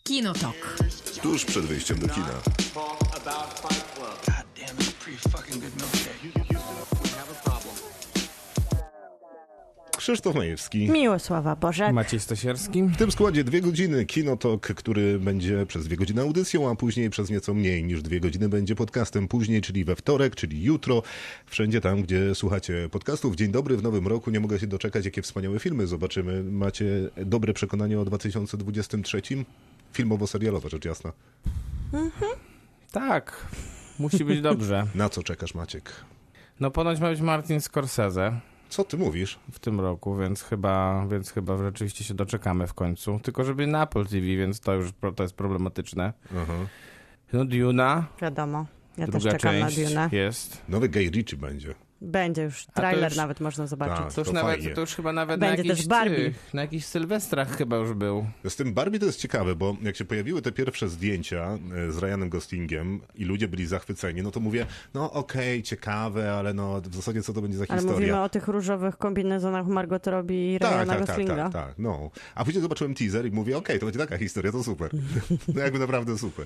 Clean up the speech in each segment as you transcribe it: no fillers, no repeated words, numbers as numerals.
Kinotok. Tuż przed wyjściem do kina. Krzysztof Majewski. Miłosława Bożek. Maciej Stasierski. W tym składzie 2 godziny Kinotok, który będzie przez 2 godziny audycją, a później przez nieco mniej niż 2 godziny będzie podcastem. Później, czyli we wtorek, czyli jutro. Wszędzie tam, gdzie słuchacie podcastów. Dzień dobry w nowym roku. Nie mogę się doczekać, jakie wspaniałe filmy zobaczymy. Macie dobre przekonanie o 2023? Filmowo-serialowe, rzecz jasna. Tak, musi być dobrze. Na co czekasz, Maciek? No ponoć ma być Martin Scorsese Co ty mówisz? w tym roku, więc chyba rzeczywiście się doczekamy w końcu. Tylko żeby na Apple TV, więc to jest problematyczne. Aha. No Duna, Wiadomo, ja też druga czekam część na Dune. jest. Nowy Guy Ritchie będzie. Będzie już, to trailer już- nawet można zobaczyć. Tak. To już, To fajnie. to już chyba nawet Będzie na też jakichś Barbie. na jakichś sylwestrach chyba już był. Z tym Barbie to jest ciekawe, bo jak się pojawiły te pierwsze zdjęcia z Ryanem Goslingiem i ludzie byli zachwyceni, no to mówię, no okej, ciekawe, ale no w zasadzie co to będzie za Ale historia? mówimy o tych różowych kombinezonach Margot Robbie i Ryana Goslinga. tak, no. A później zobaczyłem teaser i mówię, okej, to będzie taka historia, to super. No jakby naprawdę super.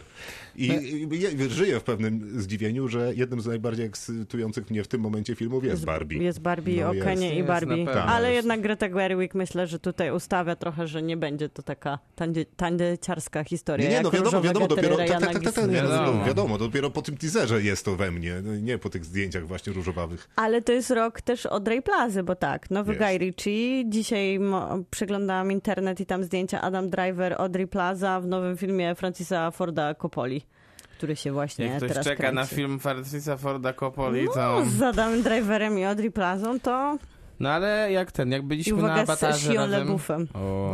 I żyję w pewnym zdziwieniu, że jednym z najbardziej ekscytujących mnie w tym momencie filmów jest Barbie. Jest Barbie, No o jest. Kenie i Jest Barbie. na pewno. Ale Tak. jednak Greta Gerwig myślę, że tutaj ustawia trochę, że nie będzie to taka tandzieciarska historia. Nie, jak no wiadomo, różowe dopiero, getry Ryana Goslinga. Wiadomo. dopiero po tym teaserze jest to we mnie, nie po tych zdjęciach właśnie różowawych. Ale to jest rok też Audrey Plazy, bo tak, nowy Jest. Guy Ritchie. Dzisiaj przeglądałam internet i tam zdjęcia Adam Driver, Audrey Plaza w nowym filmie Francisa Forda Coppoli, który się właśnie Jak ktoś teraz czeka kręci. na film Francisa Forda Coppoli, to... No, z Adamem Driverem i Audrey Plazą to... No ale jak I byliśmy na uwaga z Awatarze Shia razem... LaBeoufem.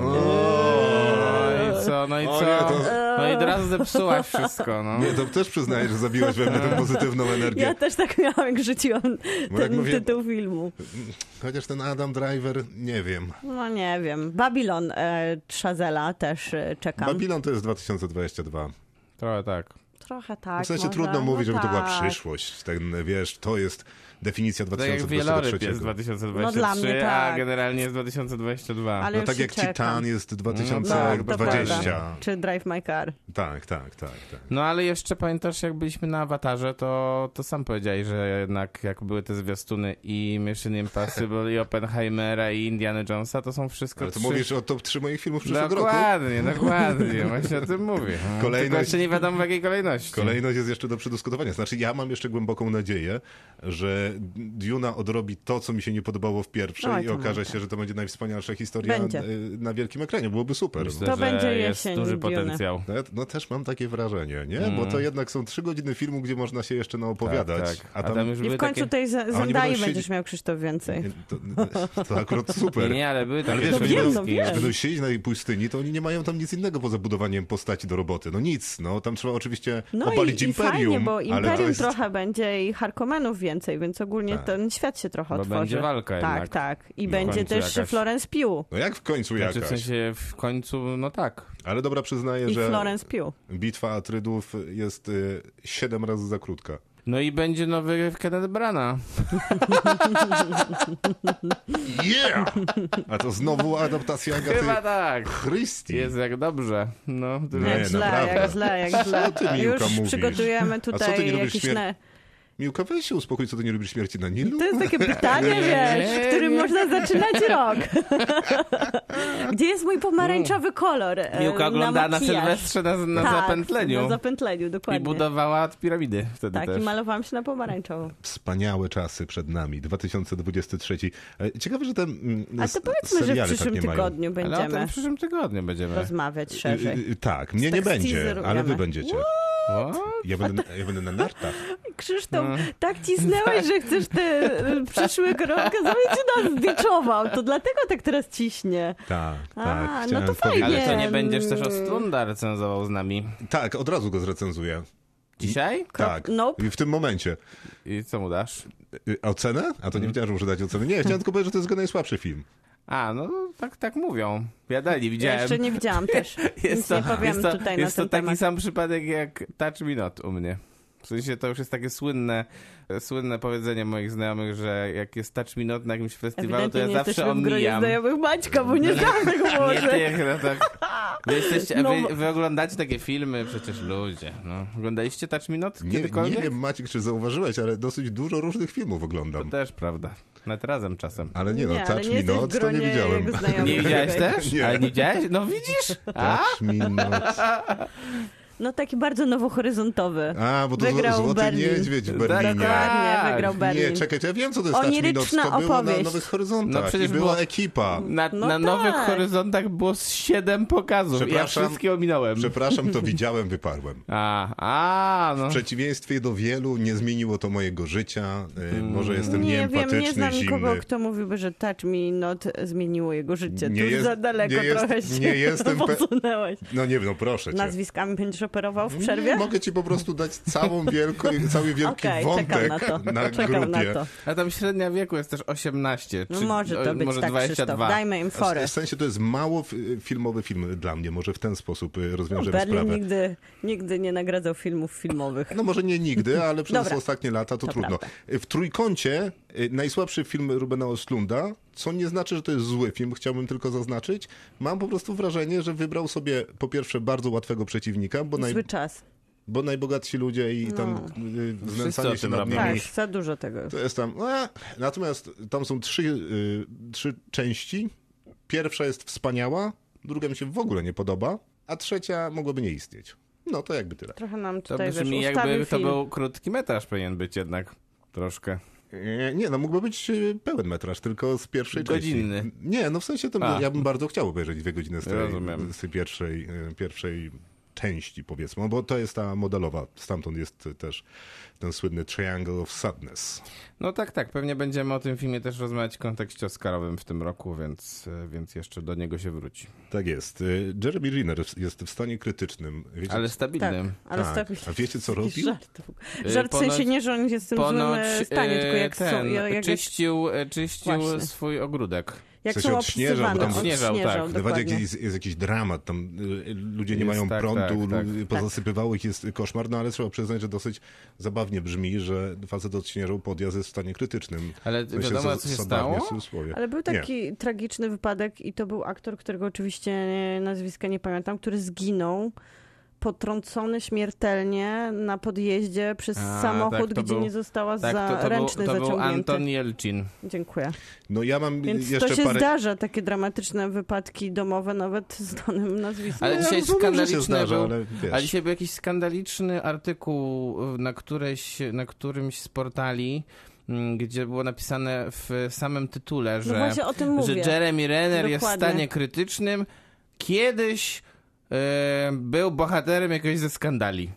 No i co, no i O co? nie, to- No i od razu zepsułaś wszystko, no. Nie, to też przyznaję, że zabiłeś we mnie tę pozytywną energię. Ja też tak miałam, jak rzuciłam Bo jak ten mówię- tytuł filmu. Chociaż ten Adam Driver, nie wiem. No nie wiem. Babylon Chazella też czekam. Babylon to jest 2022. Trochę tak. Trochę tak. W sensie może. trudno mówić, żeby to była tak. przyszłość. Ten, wiesz, to jest definicja Tak jak Wieloryb 2023. jest 2023, No dla mnie a tak. generalnie jest 2022. Ale No już tak się jak czekam. Titan jest to 2020. prawda. Czy Drive My Car. Tak. No ale jeszcze pamiętasz, jak byliśmy na Awatarze, to sam powiedziałeś, że jednak jak były te zwiastuny i Mission Impossible, i Oppenheimera, i Indiana Jonesa, to są wszystko Ale to trzy... mówisz o top 3 moich filmów przyszłego roku? Dokładnie, właśnie o tym mówię. No, Kolejność- tylko jeszcze nie wiadomo w jakiej kolejności. Kolejność jest jeszcze do przedyskutowania. Znaczy, ja mam jeszcze głęboką nadzieję, że Duna odrobi to, co mi się nie podobało w pierwszej Oj, i to okaże może. się, że to będzie najwspanialsza historia Będzie. na wielkim ekranie. Byłoby super. Myślę, To że będzie jest jesień duży Duny. potencjał. No też mam takie wrażenie, nie? Bo to jednak są 3 godziny filmu, gdzie można się jeszcze naopowiadać. Tak. A tam... już I były w końcu takie... tej będą Zendai siedzieć- będziesz miał, Krzysztof, więcej. To akurat super. Nie, ale były takie... wiesz, No wiem, no przebieski. wiem. Będą siedzieć na tej pustyni, to oni nie mają tam nic innego poza budowaniem postaci do roboty. No nic, no tam trzeba oczywiście No obalić i Imperium. fajnie, bo ale to Imperium jest... trochę będzie i Harkomenów więcej, więc ogólnie Tak. ten świat się trochę Bo otworzy. będzie walka Tak, jednak. tak. I No. będzie W końcu też jakaś. Florence Pugh. No jak w końcu Znaczy, jakaś. w sensie w końcu, no tak. Ale dobra, przyznaję, I że Florence Pugh. Bitwa Atrydów jest 7 razy za krótka. No i będzie nowy Kenneth Branagh. Yeah! A to znowu adaptacja Agaty Chyba tak. Christie. Jest jak dobrze. No, to Nie, Jak źle, naprawdę. jak źle. Co ty, Miłka, Już mówisz? przygotujemy A co ty tutaj nie lubisz jakieś... Miłka, weź się uspokój, co ty nie lubisz śmierci na Nilu? To jest takie pytanie, Nie, wiesz, którym nie. można zaczynać rok. Gdzie jest mój pomarańczowy kolor? Miłka oglądała na makijaż? Sylwestrze na Tak, zapętleniu. na zapętleniu, I dokładnie. budowała piramidy wtedy Tak, też. i malowałam się na pomarańczowo. Wspaniałe czasy przed nami, 2023. Ciekawe, że te A to powiedzmy, że w seriale przyszłym tak nie tygodniu Ale o tym będziemy w przyszłym tygodniu będziemy. rozmawiać szerzej. Tak, mnie Tak nie będzie, steazerujemy. ale wy będziecie. O? Ja będę na nartach. Krzysztof, tak cisnęłeś, że chcesz przyszłego roku, będzie nas biczował. To dlatego tak teraz ciśnie. Tak, A, tak. no chciałem to fajnie. powiedzieć. Ale to nie będziesz też Ostrunda recenzował z nami. Tak, od razu go zrecenzuję. Dzisiaj? Tak, Nope. i w tym momencie. I co mu dasz? Ocenę? A to nie wiedziałem, że muszę dać oceny. Nie, chciałem tylko powiedzieć, że to jest jego najsłabszy film. A, no tak mówią. Ja dalej widziałem. Ja jeszcze nie widziałam też. Nic nie powiem tutaj na jest to ten taki temat. sam przypadek jak Touch Me Not u mnie. W sensie to już jest takie słynne powiedzenie moich znajomych, że jak jest Touch Me Not na jakimś festiwalu, to ja zawsze omijam. W gronie znajomych Maćka, bo nie znam tego Nie ty, no tak. Wy oglądacie takie filmy, przecież ludzie. No. Oglądaliście Touch Me Not kiedykolwiek? Nie wiem, Maciek, czy zauważyłeś, ale dosyć dużo różnych filmów oglądam. To też prawda. Nawet razem czasem. Ale Touch Me Not to nie widziałem. Nie widziałeś też? Nie. Ale nie widziałeś? No widzisz? Touch Me Not. No taki bardzo nowohoryzontowy. Bo to wygrał Złoty Berlin. Niedźwiedź w Berlinie. Dokładnie, wygrał Berlin. Nie, czekajcie, ja wiem, co to jest Touch Me Not. To było na Nowych Horyzontach no przecież i była ekipa. Na Nowych Horyzontach było 7 pokazów. Ja wszystkie ominąłem. Przepraszam, to widziałem, wyparłem. No. W przeciwieństwie do wielu nie zmieniło to mojego życia. Może jestem nieempatyczny, nie znam zimny. nikogo, kto mówiłby, że Touch Me Not zmieniło jego życie. Nie Tu jest- za daleko nie jest- trochę się nie jestem posunęłeś. No proszę cię. Nazwiskami będziesz operował w przerwie? Nie, mogę ci po prostu dać cały wielki Okej, wątek czekam na grupie. to. A tam średnia wieku jest też 18. No może to być może tak, 22. Krzysztof. Dajmy im forę. W sensie to jest mało filmowy film dla mnie. Może w ten sposób rozwiążemy Berlin sprawę. nigdy nie nagradzał filmów filmowych. No może nie nigdy, ale przez Dobra. ostatnie lata to trudno. prawda. W Trójkącie najsłabszy film Rubena Östlunda, co nie znaczy, że to jest zły film, chciałbym tylko zaznaczyć. Mam po prostu wrażenie, że wybrał sobie po pierwsze bardzo łatwego przeciwnika, Zły czas. bo najbogatsi ludzie i tam znęcanie o się tym nad robią. nimi. Tak, za dużo tego już. To jest tam. Natomiast tam są trzy części. Pierwsza jest wspaniała, druga mi się w ogóle nie podoba, a trzecia mogłaby nie istnieć. No to jakby tyle. Trochę nam To tutaj, brzmi ustawił jakby to film. był krótki metraż powinien być jednak. Troszkę. Nie, mógłby być pełen metraż, tylko z pierwszej Godzinny. części. Nie, w sensie to ja bym bardzo chciał obejrzeć 2 godziny Rozumiem. z tej pierwszej części, powiedzmy, bo to jest ta modelowa. Stamtąd jest też ten słynny Triangle of Sadness. No tak. Pewnie będziemy o tym filmie też rozmawiać w kontekście oscarowym w tym roku, więc jeszcze do niego się wróci. Tak jest. Jeremy Renner jest w stanie krytycznym. Wiecie, Ale stabilnym. Tak, ale tak. stabilny. A wiecie, co robił? Żart w sensie nie, że on jest w tym złym stanie, tylko jak czyścił Właśnie. swój ogródek. jak W sensie są odśnieżał, obsypane. bo tam odśnieżał, tak. dokładnie. Zobaczcie, jest jakiś dramat, tam ludzie nie Jest, mają tak, prądu, tak. pozasypywało ich, jest koszmar, no ale trzeba przyznać, że dosyć zabawnie brzmi, że facet odśnieżał podjazd jest w stanie krytycznym. Ale W sensie wiadomo, co się zabawnie stało? w cudzysłowie. Ale był taki tragiczny wypadek i to był aktor, którego oczywiście nazwiska nie pamiętam, który zginął potrącony śmiertelnie na podjeździe przez samochód, to gdzie był- nie została to ręczny był zaciągnięty. Anton Jelcin. Dziękuję. No ja mam Więc jeszcze to się parę... zdarza, takie dramatyczne wypadki domowe, nawet z danym nazwiskiem. Ale Ja dzisiaj rozumiem, że się skandaliczny zdarza, był, ale wiesz. ale dzisiaj był jakiś skandaliczny artykuł na którymś z portali, gdzie było napisane w samym tytule, No właśnie o tym mówię. że Jeremy Renner jest w Dokładnie. stanie krytycznym. Kiedyś był bohaterem jakiegoś ze skandali.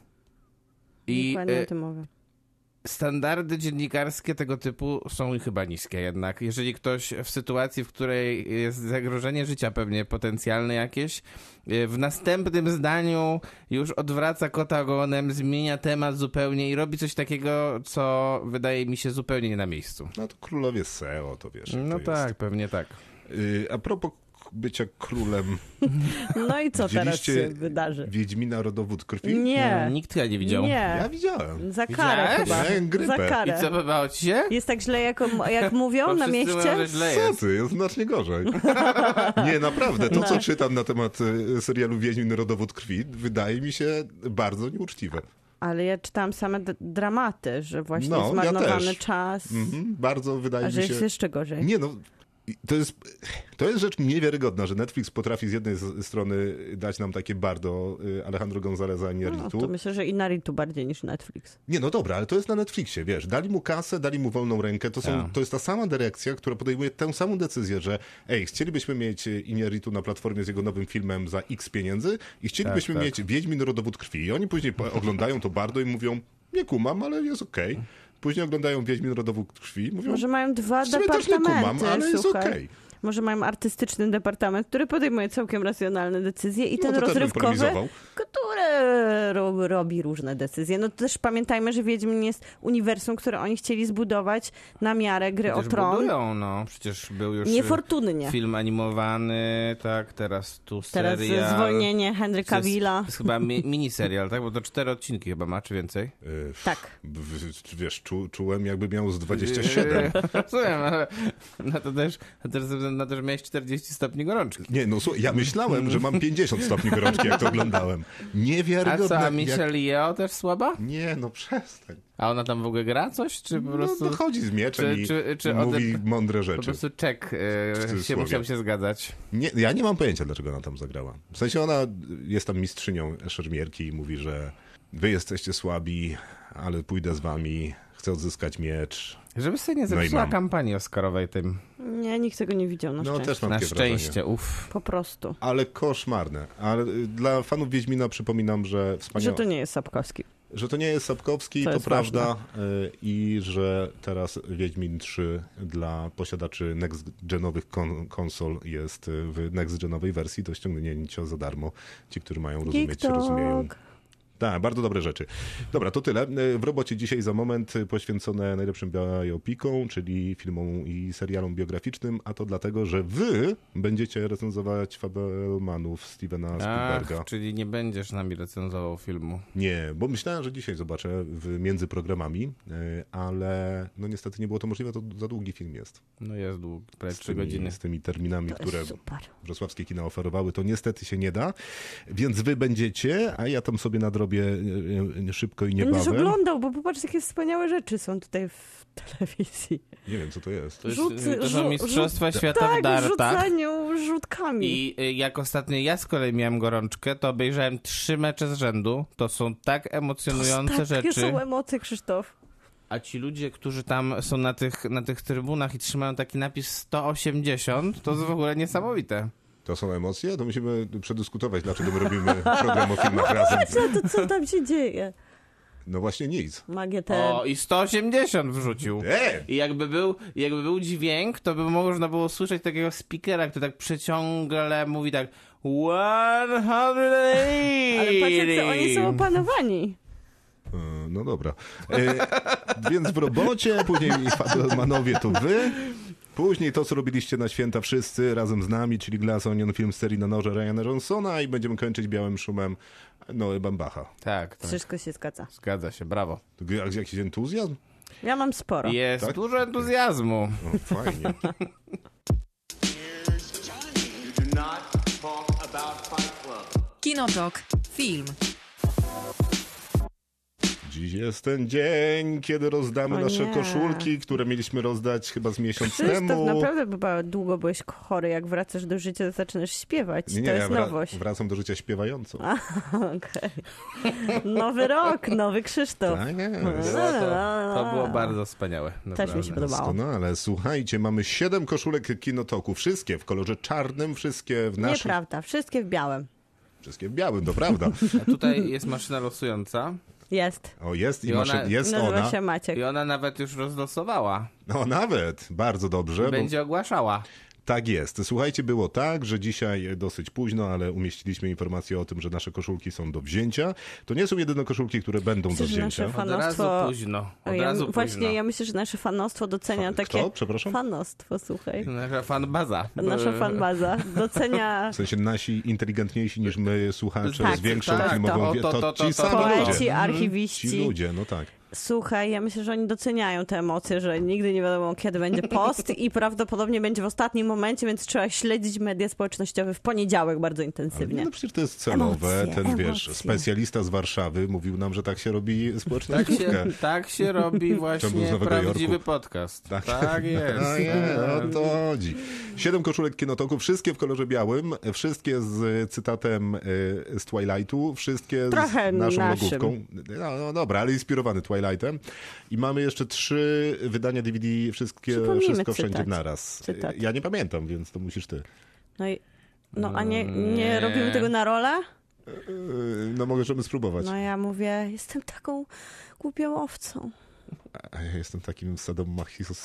I Dokładnie o tym mówię. standardy dziennikarskie tego typu są chyba niskie jednak. Jeżeli ktoś w sytuacji, w której jest zagrożenie życia pewnie potencjalne jakieś, w następnym zdaniu już odwraca kota ogonem, zmienia temat zupełnie i robi coś takiego, co wydaje mi się zupełnie nie na miejscu. No to królowie SEO, to wiesz. jak No to tak, jest. pewnie tak. A propos bycia królem, No i co teraz widzieliście się wydarzy? Wiedźmina Rodowód Krwi? Nie. Nikt chyba nie widział. Ja Nie. widziałem. Za karę Widziałeś? chyba. Miałem grypę. Za karę. I co, podobało ci się? Jest tak źle, jak mówią Bo na wszyscy mieście? mówią, że źle Co jest. ty? Jest znacznie gorzej. Nie, naprawdę. To, co czytam na temat serialu Wiedźmin Rodowód Krwi, wydaje mi się bardzo nieuczciwe. Ale ja czytałam same dramaty, że właśnie No, ja zmarnowany też. czas. Bardzo wydaje A mi że się... jest jeszcze gorzej. Nie no, to jest rzecz niewiarygodna, że Netflix potrafi z jednej strony dać nam takie bardo Alejandro Gonzaleza No, Iñárritu. to myślę, że Iñárritu bardziej niż Netflix. Nie, no dobra, ale to jest na Netflixie, wiesz, dali mu kasę, dali mu wolną rękę, to jest ta sama dyrekcja, która podejmuje tę samą decyzję, że chcielibyśmy mieć Iñárritu na platformie z jego nowym filmem za X pieniędzy i chcielibyśmy Tak, mieć Wiedźmin Rodowód Krwi. I oni później oglądają to bardo i mówią, nie kumam, ale jest okej. Później oglądają Wiedźmin Rodowód Krwi, mówią, Może mają dwa w sumie też nie departamenty, kumam, ale jest słuchaj. okej. Może mają artystyczny departament, który podejmuje całkiem racjonalne decyzje i ten No to też bym rozrywkowy, polemizował. który robi różne decyzje. No to też pamiętajmy, że Wiedźmin jest uniwersum, które oni chcieli zbudować na miarę Gry o Tron. Budują, no. Przecież był już Niefortunnie. film animowany, tak, teraz tu Teraz serial. zwolnienie Henry Cavilla. To jest chyba miniserial, tak? Bo to 4 odcinki chyba ma, czy więcej? Tak. Wiesz, czułem jakby miał z 27. Słuchaj, ale też miałeś 40 stopni gorączki. Nie, no słuchaj, ja myślałem, że mam 50 stopni gorączki, jak to oglądałem. Niewiarygodne. A co, a Michelle Yeoh też słaba? Nie, no przestań. A ona tam w ogóle gra coś? Czy po prostu... No chodzi z mieczem i mówi mądre rzeczy. Po prostu czek się musiał się zgadzać. Nie, ja nie mam pojęcia, dlaczego ona tam zagrała. W sensie ona jest tam mistrzynią szermierki i mówi, że wy jesteście słabi, ale pójdę z wami, chcę odzyskać miecz. Żeby sobie nie zepsuła kampanii oscarowej tym. Nie, nikt tego nie widział, na szczęście. Też mam na takie szczęście, wrażenie. Po prostu. Ale koszmarne. Ale dla fanów Wiedźmina przypominam, że Że to nie jest Sapkowski. Że to nie jest Sapkowski, to prawda. I że teraz Wiedźmin 3 dla posiadaczy next-genowych konsol jest w next-genowej wersji do ściągnięcia za darmo. Ci, którzy mają rozumieć, się rozumieją. Tak, bardzo dobre rzeczy. Dobra, to tyle. W robocie dzisiaj za moment poświęcone najlepszym biopikom, czyli filmom i serialom biograficznym, a to dlatego, że wy będziecie recenzować Fabelmanów Stevena Spielberga. Czyli nie będziesz nami recenzował filmu. Nie, bo myślałem, że dzisiaj zobaczę między programami, ale no niestety nie było to możliwe, to za długi film jest. No jest długi, prawie 3 godziny. Z tymi terminami, to które super. wrocławskie kina oferowały, to niestety się nie da, więc wy będziecie, a ja tam sobie nadrobię szybko i niebawem. Będziesz oglądał, bo popatrz, jakie wspaniałe rzeczy są tutaj w telewizji. Nie wiem, co to jest. To są Mistrzostwa Świata w dartach. rzucaniu rzutkami. I jak ostatnio ja z kolei miałem gorączkę, to obejrzałem 3 mecze z rzędu. To są tak emocjonujące rzeczy. Jakie są emocje, Krzysztof? A ci ludzie, którzy tam są na tych trybunach i trzymają taki napis 180, to jest w ogóle niesamowite. To są emocje? To musimy przedyskutować, dlaczego my robimy program o filmach razem. To co tam się dzieje? No właśnie nic. O, i 180 wrzucił. I jakby był dźwięk, to by można było słyszeć takiego speakera, który tak przeciągle mówi tak 180. Ale patrzcie, oni są opanowani. No dobra. Więc w robocie, później Fabelmanowie to wy. Później to, co robiliście na święta wszyscy razem z nami, czyli Glass Onion Film z serii na noże Ryana Johnsona i będziemy kończyć białym szumem Noe Bambacha. Tak. Wszystko się zgadza. Zgadza się, brawo. Jakiś entuzjazm? Ja mam sporo. Jest tak? dużo entuzjazmu. O, fajnie. Kinotok. Film. Dziś jest ten dzień, kiedy rozdamy nasze koszulki, które mieliśmy rozdać chyba z miesiąc temu. Naprawdę chyba długo byłeś chory. Jak wracasz do życia, to zaczynasz śpiewać. Nie, to jest nowość. Wracam do życia śpiewająco. Okej. Nowy rok, nowy Krzysztof. Tak, To było bardzo wspaniałe. Też mi się podobało. No ale słuchajcie, mamy 7 koszulek Kinotoku. Wszystkie w kolorze czarnym, wszystkie w naszym... Nieprawda, wszystkie w białym. Wszystkie w białym, to prawda. A tutaj jest maszyna losująca. Jest. O, jest Nazywa ona. się Maciek. I ona nawet już rozlosowała. No nawet, bardzo dobrze. Będzie ogłaszała. Tak jest. Słuchajcie, było tak, że dzisiaj dosyć późno, ale umieściliśmy informację o tym, że nasze koszulki są do wzięcia. To nie są jedyne koszulki, które będą do wzięcia. Od razu późno. Właśnie, ja myślę, że nasze fanostwo docenia takie... Kto? Przepraszam? Fanostwo, słuchaj. Nasza fanbaza. Nasza fanbaza docenia... W sensie nasi inteligentniejsi niż my słuchacze z większą filmową... To ci sami poeci, ludzie. archiwiści. Ci ludzie, no tak. Słuchaj, ja myślę, że oni doceniają te emocje, że nigdy nie wiadomo, kiedy będzie post i prawdopodobnie będzie w ostatnim momencie, więc trzeba śledzić media społecznościowe w poniedziałek bardzo intensywnie. Ale no przecież to jest celowe. Wiesz, specjalista z Warszawy mówił nam, że tak się robi społecznościówkę. Tak się robi właśnie prawdziwy podcast. Tak jest. O to chodzi. 7 koszulek Kinotoku, wszystkie w kolorze białym, wszystkie z cytatem z Twilightu, wszystkie trochę z naszą naszym logówką. No dobra, ale inspirowany Twilightem. I mamy jeszcze 3 wydania DVD, wszystko wszędzie naraz. Cytat. Ja nie pamiętam, więc to musisz ty. A nie robimy tego na rolę? No możemy spróbować. No ja mówię, jestem taką głupią owcą. A ja jestem takim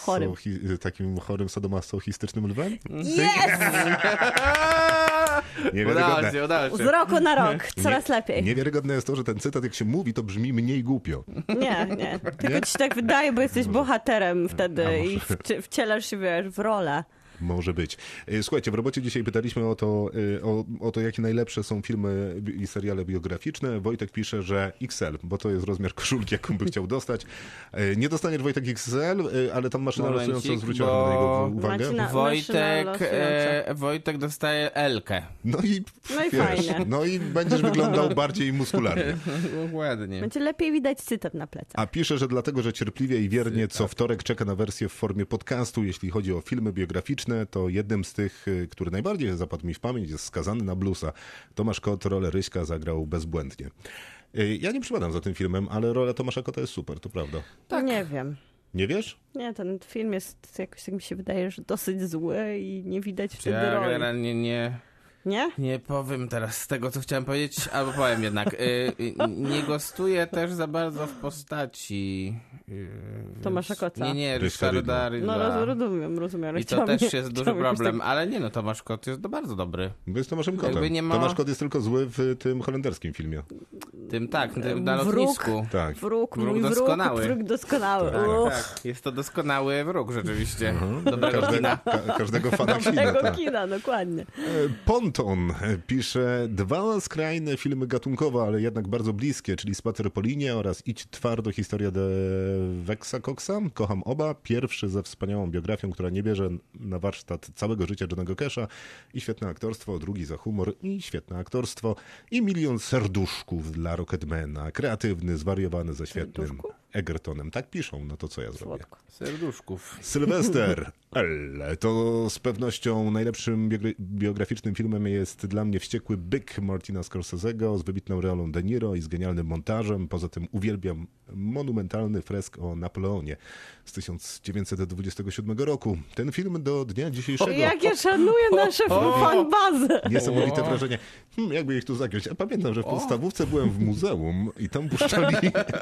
chorym sadomasochistycznym lwem? Yes! Niewiarygodne. Udało Z się. roku na rok, coraz lepiej. Niewiarygodne jest to, że ten cytat, jak się mówi, to brzmi mniej głupio. Nie. Tylko ci się tak wydaje, bo jesteś bohaterem wtedy i wcielasz się, wiesz, w rolę. Może być. Słuchajcie, w robocie dzisiaj pytaliśmy o to, jakie najlepsze są filmy i seriale biograficzne. Wojtek pisze, że XL, bo to jest rozmiar koszulki, jaką by chciał dostać. Nie dostaniesz, Wojtek, XL, ale tam maszyna losująca zwróciła bo na niego uwagę. Wojtek dostaje L-kę. No i fajnie. No i będziesz wyglądał bardziej muskularnie. Ładnie. Będzie lepiej widać cytat na plecach. A pisze, że dlatego, że cierpliwie i wiernie co wtorek czeka na wersję w formie podcastu, jeśli chodzi o filmy biograficzne, to jednym z tych, który najbardziej zapadł mi w pamięć, jest Skazany na bluesa. Tomasz Kot rolę Ryśka zagrał bezbłędnie. Ja nie przypadam za tym filmem, ale rola Tomasza Kota jest super, to prawda. Tak. Nie wiem. Nie wiesz? Nie, ten film jest jakoś, tak mi się wydaje, że dosyć zły i nie widać wtedy Ja roli. generalnie Nie? nie powiem teraz z tego, co chciałem powiedzieć, albo powiem jednak. Nie gostuję też za bardzo w postaci Tomasza Kota. Nie, Ryszarda Rydla. No rozumiem. I to też jest duży problem, ale nie no, Tomasz Kot jest bardzo dobry. Bo jest Tomaszem Kotem. Jakby nie ma- Tomasz Kot jest tylko zły w tym holenderskim filmie. Tym na lotnisku. Tak. Wróg Tak, doskonały. tak. Jest to doskonały wróg rzeczywiście. Dobrego kina. Każdego fana kina. Dobrego Tak. kina, dokładnie. Ponton pisze 2 skrajne filmy gatunkowe, ale jednak bardzo bliskie, czyli Spacer po linie oraz Idź twardo, historia de Wexa Coxa. Kocham oba. Pierwszy ze wspaniałą biografią, która nie bierze na warsztat całego życia Johnnego Casha i świetne aktorstwo, drugi za humor i świetne aktorstwo i milion serduszków dla Rocketmana. Kreatywny, zwariowany ze świetnym Serduszku? Egertonem. Tak piszą, no to co ja zrobię. Słodko. Serduszków. Sylwester L. To z pewnością najlepszym biograficznym filmem jest dla mnie Wściekły byk Martina Scorsese'ego z wybitną rolą De Niro i z genialnym montażem. Poza tym uwielbiam monumentalny fresk o Napoleonie z 1927 roku. Ten film do dnia dzisiejszego... Jak ja szanuję naszą fanbazę. Niesamowite wrażenie. Jakby ich tu zagiąć. Ja pamiętam, że w podstawówce byłem w muzeum i tam puszczali...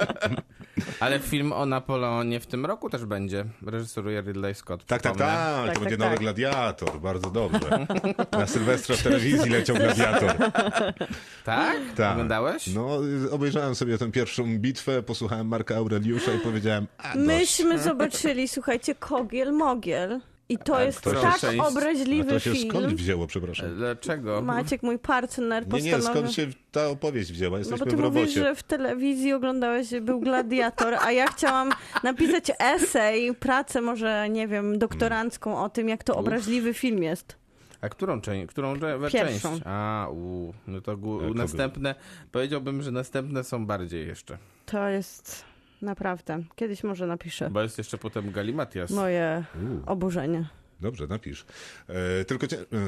Ale film o Napoleonie w tym roku też będzie. Reżyseruje Ridley Scott. Tak. To będzie nowy tak. Gladiator. Bardzo dobrze. Na Sylwestra w telewizji leciał Gladiator. Tak? Tak. Oglądałeś? No, obejrzałem sobie tę pierwszą bitwę, posłuchałem Marka Aureliusza i powiedziałem, Myśmy zobaczyli, słuchajcie, Kogiel-Mogiel. I to jest to się tak część- A obraźliwy to się film. skąd wzięło, przepraszam? Dlaczego? Maciek, mój partner, Nie, postanowił... skąd się ta opowieść wzięła? No Jesteśmy bo ty w robocie. mówisz, że w telewizji oglądałeś, był Gladiator, a ja chciałam napisać esej, pracę może, nie wiem, doktorancką o tym, jak to obraźliwy film jest. A którą część? Pierwszą. Część? No to to następne, powiedziałbym, że następne są bardziej jeszcze. To jest naprawdę. Kiedyś może napiszę Bo jest jeszcze potem Galimatias. moje oburzenie. Dobrze, napisz. Tylko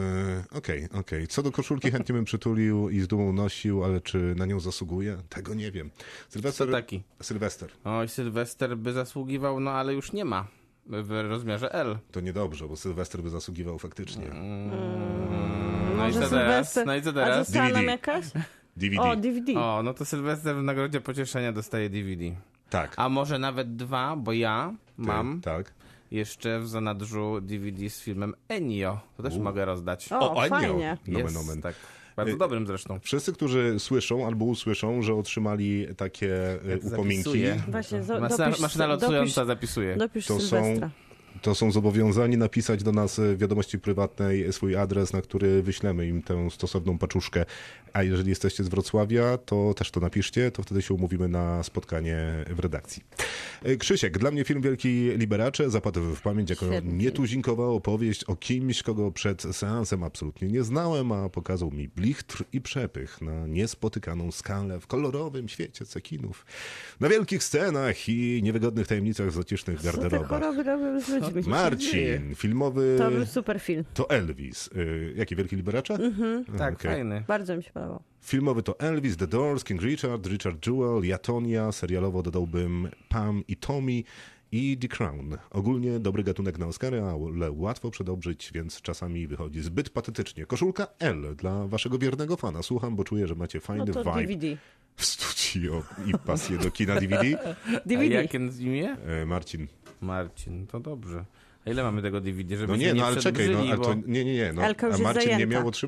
okej. Co do koszulki chętnie bym przytulił i z dumą nosił, ale czy na nią zasługuje? Tego nie wiem. Co taki? Sylwester. Oj, Sylwester by zasługiwał, no ale już nie ma w rozmiarze L. To niedobrze, bo Sylwester by zasługiwał faktycznie. No i Może co teraz? Sylwester... No i co A teraz? została nam DVD. jakaś? DVD. O, DVD. O, no to Sylwester w nagrodzie pocieszenia dostaje DVD. Tak. A może nawet 2, bo ja mam Tak. jeszcze w zanadrzu DVD z filmem Ennio. To też mogę rozdać. O, Ennio. fajnie. Nomen omen. Tak. Bardzo dobrym zresztą. Wszyscy, którzy słyszą albo usłyszą, że otrzymali takie upominki, Zapisuję. Właśnie, Maszyna losująca zapisuje. Dopisz To są- Sylwestra. to są zobowiązani napisać do nas w wiadomości prywatnej swój adres, na który wyślemy im tę stosowną paczuszkę. A jeżeli jesteście z Wrocławia, to też to napiszcie, to wtedy się umówimy na spotkanie w redakcji. Krzysiek, dla mnie film Wielki Liberacze zapadł w pamięć jako Świetny nietuzinkowa opowieść o kimś, kogo przed seansem absolutnie nie znałem, a pokazał mi blichtr i przepych na niespotykaną skalę w kolorowym świecie cekinów, na wielkich scenach i niewygodnych tajemnicach w zacisznych Co te garderobach. choroby robią z ludźmi? Marcin, filmowy... To był super film. To Elvis. Jaki Wielki Liberacze? Tak, Okej. fajny. Bardzo mi się podobał. Filmowy to Elvis, The Doors, King Richard, Richard Jewell, Jatonia. Serialowo dodałbym Pam i Tommy i The Crown. Ogólnie dobry gatunek na Oscary, ale łatwo przedobrzyć, więc czasami wychodzi zbyt patetycznie. Koszulka L dla waszego wiernego fana. Słucham, bo czuję, że macie fajny No to vibe DVD. w studio i pasję do kina DVD. A DVD. jakie imię? Marcin. Marcin, to dobrze. A ile mamy tego DVD, żeby No się nie, nie no ale czekaj, no, przedobrzyli, ale to, bo... nie. No, Elka już a jest Marcin nie zajęta. miał otrzymać?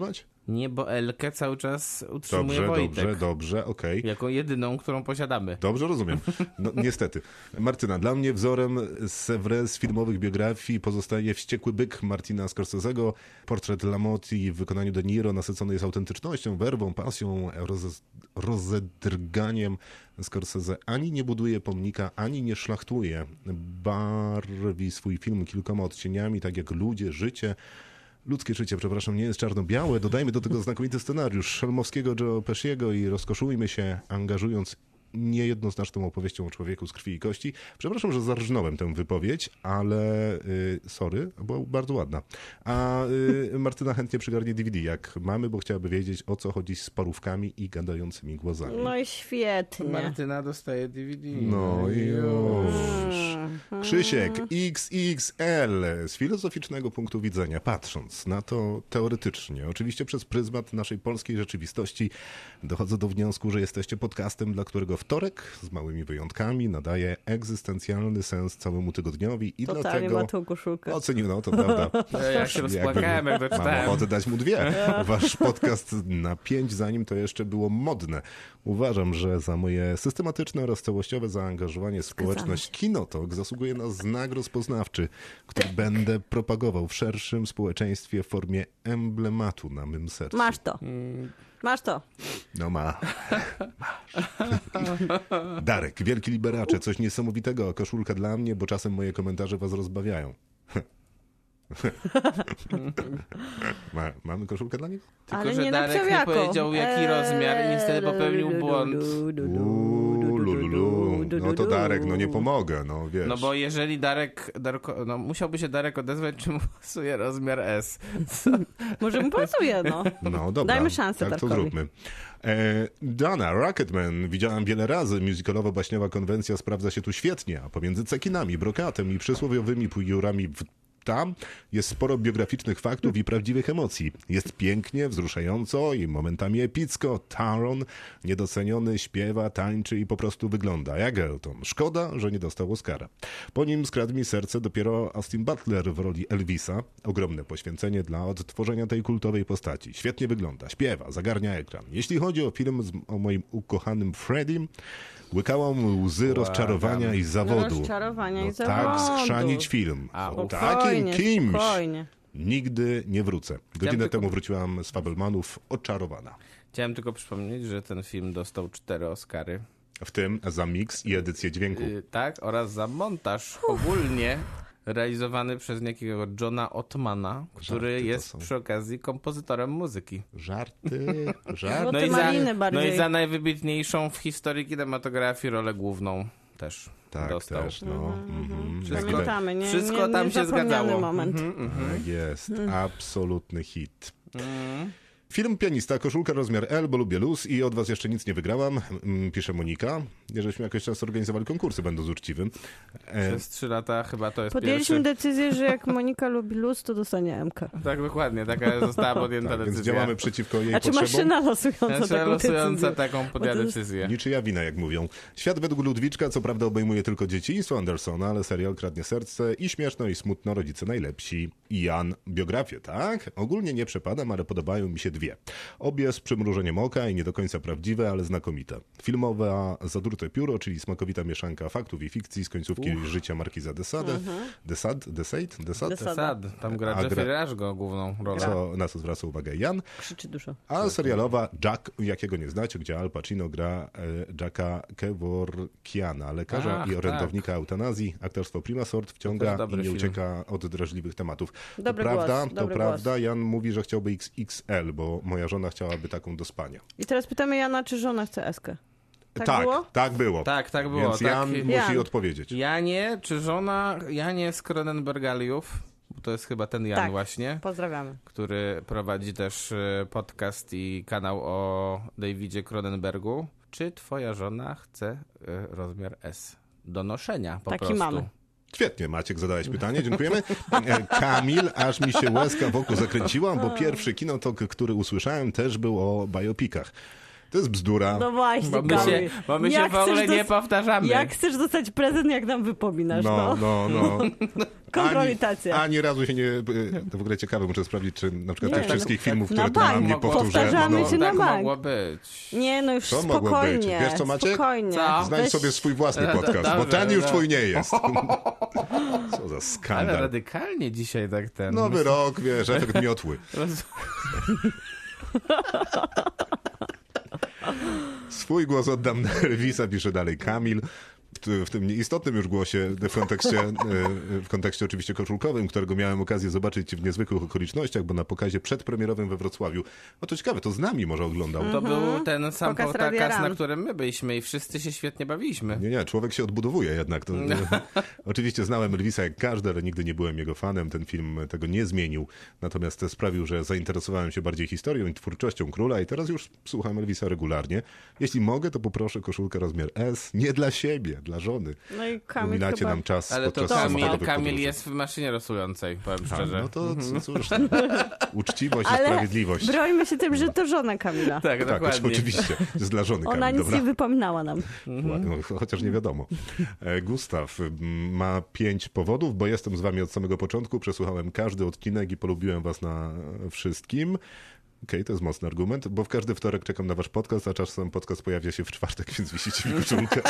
Nie, bo Elkę cały czas utrzymuje Wojtek. Dobrze, okej. Jako jedyną, którą posiadamy. Dobrze rozumiem. No niestety. Martyna, dla mnie wzorem z filmowych biografii pozostaje Wściekły byk Martina Scorsese'ego. Portret Lamotti w wykonaniu De Niro nasycony jest autentycznością, werwą, pasją, rozedrganiem. Scorsese ani nie buduje pomnika, ani nie szlachtuje. Barwi swój film kilkoma odcieniami, tak jak ludzkie życie, nie jest czarno-białe. Dodajmy do tego znakomity scenariusz Szelmowskiego, Joe Pesciego i rozkoszujmy się, angażując niejednoznaczną opowieścią o człowieku z krwi i kości. Przepraszam, że zarżnąłem tę wypowiedź, ale sorry, była bardzo ładna. A Martyna chętnie przygarnie DVD, jak mamy, bo chciałaby wiedzieć, o co chodzi z parówkami i gadającymi głazami. No i świetnie. Martyna dostaje DVD. No i już. Krzysiek, XXL. Z filozoficznego punktu widzenia, patrząc na to teoretycznie, oczywiście przez pryzmat naszej polskiej rzeczywistości, dochodzę do wniosku, że jesteście podcastem, dla którego wtorek, z małymi wyjątkami, nadaje egzystencjalny sens całemu tygodniowi i totalnie dlatego ma tą koszulkę. Ocenił, no to prawda. Ja się rozpłakałem, jak Mam doczytałem. ochotę dać mu 2. Wasz podcast na 5, zanim to jeszcze było modne. Uważam, że za moje systematyczne oraz całościowe zaangażowanie w społeczność Kinotok zasługuje na znak rozpoznawczy, który będę propagował w szerszym społeczeństwie w formie emblematu na mym sercu. Masz to. Masz to. No masz. Darek, wielki liberacze, coś niesamowitego, koszulka dla mnie, bo czasem moje komentarze was rozbawiają. Mamy koszulkę dla nich? Tylko, Ale że nie Darek napisał nie jako. powiedział, jaki rozmiar i niestety popełnił błąd. No to Darek, no nie pomogę, no wiesz. No bo jeżeli no musiałby się Darek odezwać, czy mu pasuje rozmiar S. Może mu pasuje, no. No dobra, Dajmy szansę tak Darkowi. to zróbmy. Dana, Rocketman, widziałam wiele razy. Musicalowo-baśniowa konwencja sprawdza się tu świetnie, a pomiędzy cekinami, brokatem i przysłowiowymi piórami tam jest sporo biograficznych faktów i prawdziwych emocji. Jest pięknie, wzruszająco i momentami epicko. Taron, niedoceniony, śpiewa, tańczy i po prostu wygląda jak Elton. Szkoda, że nie dostał Oscara. Po nim skradł mi serce dopiero Austin Butler w roli Elvisa. Ogromne poświęcenie dla odtworzenia tej kultowej postaci. Świetnie wygląda, śpiewa, zagarnia ekran. Jeśli chodzi o film o moim ukochanym Freddym, łykałam łzy rozczarowania i zawodu. Rozczarowania i Tak zawodu. schrzanić film. O takim Spokojnie, kimś spokojnie. nigdy nie wrócę. Godzinę tylko- temu wróciłam z Fabelmanów oczarowana. Chciałem tylko przypomnieć, że ten film dostał 4 Oscary. W tym za miks i edycję dźwięku. Tak, oraz za montaż ogólnie realizowany przez niejakiego Johna Ottmana, który Żarty to jest są. przy okazji kompozytorem muzyki. Żarty. Bo ty maliny no bardziej. i za najwybitniejszą w historii kinematografii rolę główną też Tak, dostał. też, no. Pamiętamy, nie? Wszystko nie, tam nie się zgadzało. moment. Tak jest, absolutny hit. Film Pianista, koszulka rozmiar L, bo lubię luz i od was jeszcze nic nie wygrałam, pisze Monika. Żeśmy jakoś czas organizowali konkursy, będąc uczciwym. Przez 3 lata chyba to jest Podjęliśmy pierwszy... decyzję, że jak Monika lubi luz, to dostanie MK. Tak, dokładnie, taka została podjęta Tak, więc decyzja. działamy przeciwko jej Znaczy potrzebom. maszyna losująca Znaczy, taką losująca decyzję. taką podjęła Bo to jest- decyzję. Niczyja wina, jak mówią. Świat według Ludwiczka co prawda obejmuje tylko dzieciństwo Andersona, ale serial kradnie serce i śmieszno i smutno rodzice najlepsi. Jan, biografię, tak? Ogólnie nie przepadam, ale podobają mi się 2. Obie z przymrużeniem oka i nie do końca prawdziwe, ale znakomite. Filmowa Zadrute pióro, czyli smakowita mieszanka faktów i fikcji z końcówki życia Markiza de Sade. Desade. Sad, tam gra A Jeffrey gra- Rush główną rolę. Na co zwraca uwagę Jan. Krzyczy dużo. A serialowa Jack, jakiego nie znacie, gdzie Al Pacino gra Jacka Kevorkiana, lekarza Ach, i orędownika eutanazji. Aktorstwo prima sort To wciąga też i dobry nie film. ucieka od drażliwych tematów. Dobry to głos, prawda, dobry prawda. Jan mówi, że chciałby XXL, bo moja żona chciałaby taką do spania. I teraz pytamy Jana, czy żona chce eskę. Tak tak było? tak było. Tak było. Więc tak. Jan musi Jan. odpowiedzieć. Janie, czy żona Janie z Cronenbergaliów, bo to jest chyba ten Jan Tak. właśnie, Pozdrawiamy. który prowadzi też podcast i kanał o Davidzie Cronenbergu. Czy twoja żona chce rozmiar S do noszenia po Taki prostu? mamy. Świetnie, Maciek, zadałeś pytanie, dziękujemy. Kamil, aż mi się łezka wokół zakręciła, bo pierwszy kinotok, który usłyszałem, też był o biopikach. To jest bzdura. No właśnie, Bo my się w ogóle nie powtarzamy. Jak chcesz dostać prezent, jak nam wypominasz, No. Kompromitacja. Ani razu się nie... To w ogóle ciekawe, muszę sprawdzić, czy na przykład tych wszystkich filmów, na które tu mam, bank. nie powtórzę. Powtarzamy się na Tak bank. mogło być. Nie, no już Co mogło spokojnie. być? Wiesz co, Maciek? Spokojnie. Co? Znajdź sobie swój własny podcast, bo ten już twój nie jest. Co za Ale skandal. radykalnie dzisiaj tak ten... Nowy rok, wiesz, efekt miotły. Swój głos oddam na Elvisa, pisze dalej Kamil. W tym nieistotnym już głosie, w kontekście oczywiście koszulkowym, którego miałem okazję zobaczyć w niezwykłych okolicznościach, bo na pokazie przedpremierowym we Wrocławiu. O, to ciekawe, to z nami może oglądał. To był ten sam Pokaz pokaz, Radia na Ram. którym my byliśmy i wszyscy się świetnie bawiliśmy. Nie, człowiek się odbudowuje jednak. Oczywiście znałem Elvisa jak każdy, ale nigdy nie byłem jego fanem. Ten film tego nie zmienił. Natomiast sprawił, że zainteresowałem się bardziej historią i twórczością króla i teraz już słucham Elvisa regularnie. Jeśli mogę, to poproszę koszulkę rozmiar S. Nie dla siebie, dla żony. No i Kamil Uminacie chyba... nam czas Ale to podczas samochodowych Kamil podróży. jest w maszynie losującej, powiem szczerze. No to cóż, uczciwość i Ale sprawiedliwość. brońmy się tym, że to żona Kamila. Tak, Tak, dokładnie. oczywiście. Jest dla żony Ona Kamil, nic dobra? nie wypominała nam. No, chociaż nie wiadomo. Gustaw ma 5 powodów, bo jestem z wami od samego początku, przesłuchałem każdy odcinek i polubiłem was na wszystkim. Okej, to jest mocny argument, bo w każdy wtorek czekam na wasz podcast, a czasem podcast pojawia się w czwartek, więc wisicie mi koszulkę.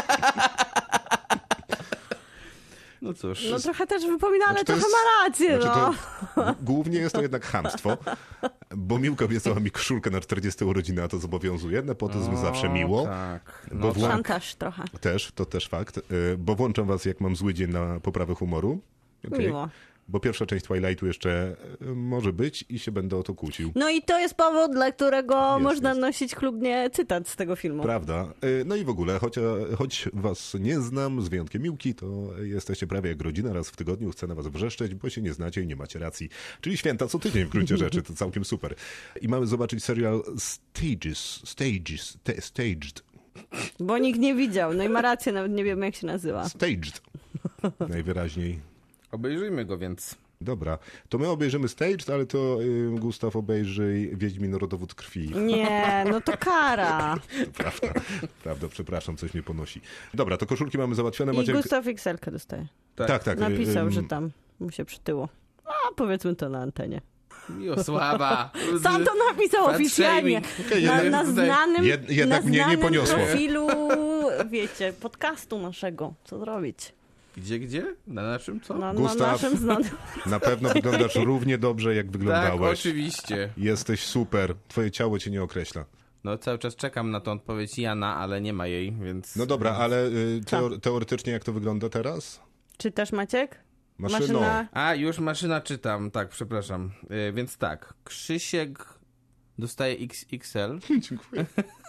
No cóż. No trochę też wypomina, ale Znaczy, to trochę jest- ma rację, Głównie jest to jednak chamstwo, bo Miłka obiecała mi koszulkę na 40 urodziny, a to zobowiązuje. Nepotyzm zawsze miło. Tak. Bo No, Szantaż trochę. to też fakt, bo włączam was, jak mam zły dzień na poprawę humoru. Okay. Miło. Bo pierwsza część Twilightu jeszcze może być i się będę o to kłócił. No i to jest powód, dla którego Jest, można jest. nosić chlubnie cytat z tego filmu. Prawda. No i w ogóle, choć was nie znam, z wyjątkiem Miłki, to jesteście prawie jak rodzina. Raz w tygodniu chcę na was wrzeszczeć, bo się nie znacie i nie macie racji. Czyli święta co tydzień w gruncie rzeczy, to całkiem super. I mamy zobaczyć serial Staged. Bo nikt nie widział. No i ma rację, nawet nie wiemy jak się nazywa. Staged. Najwyraźniej. Obejrzyjmy go więc. Dobra, to my obejrzymy Staged, ale to Gustaw obejrzy Wiedźmin Rodowód Krwi. Nie, no to kara. Prawda, przepraszam, coś mnie ponosi. Dobra, to koszulki mamy załatwione. I Maciek... Gustaw XL-kę dostaje. Tak. Napisał, że tam mu się przytyło. A powiedzmy to na antenie. Miłosława. Sam to napisał Fat oficjalnie. shaming. Okej, Na znanym, jednak na mnie nie znanym poniosło. profilu, wiecie, podcastu naszego. Co zrobić? Gdzie? Na naszym co? Na Gustaw. naszym znanym. Na pewno wyglądasz równie dobrze, jak Tak, wyglądałeś. oczywiście. Jesteś super. Twoje ciało cię nie określa. No cały czas czekam na tą odpowiedź Jana, ale nie ma jej, więc... No dobra, ale teoretycznie jak to wygląda teraz? Czytasz, Maciek? Maszyna. A, już maszyna czytam, tak, przepraszam. Więc tak, Krzysiek dostaje XXL, Dziękuję.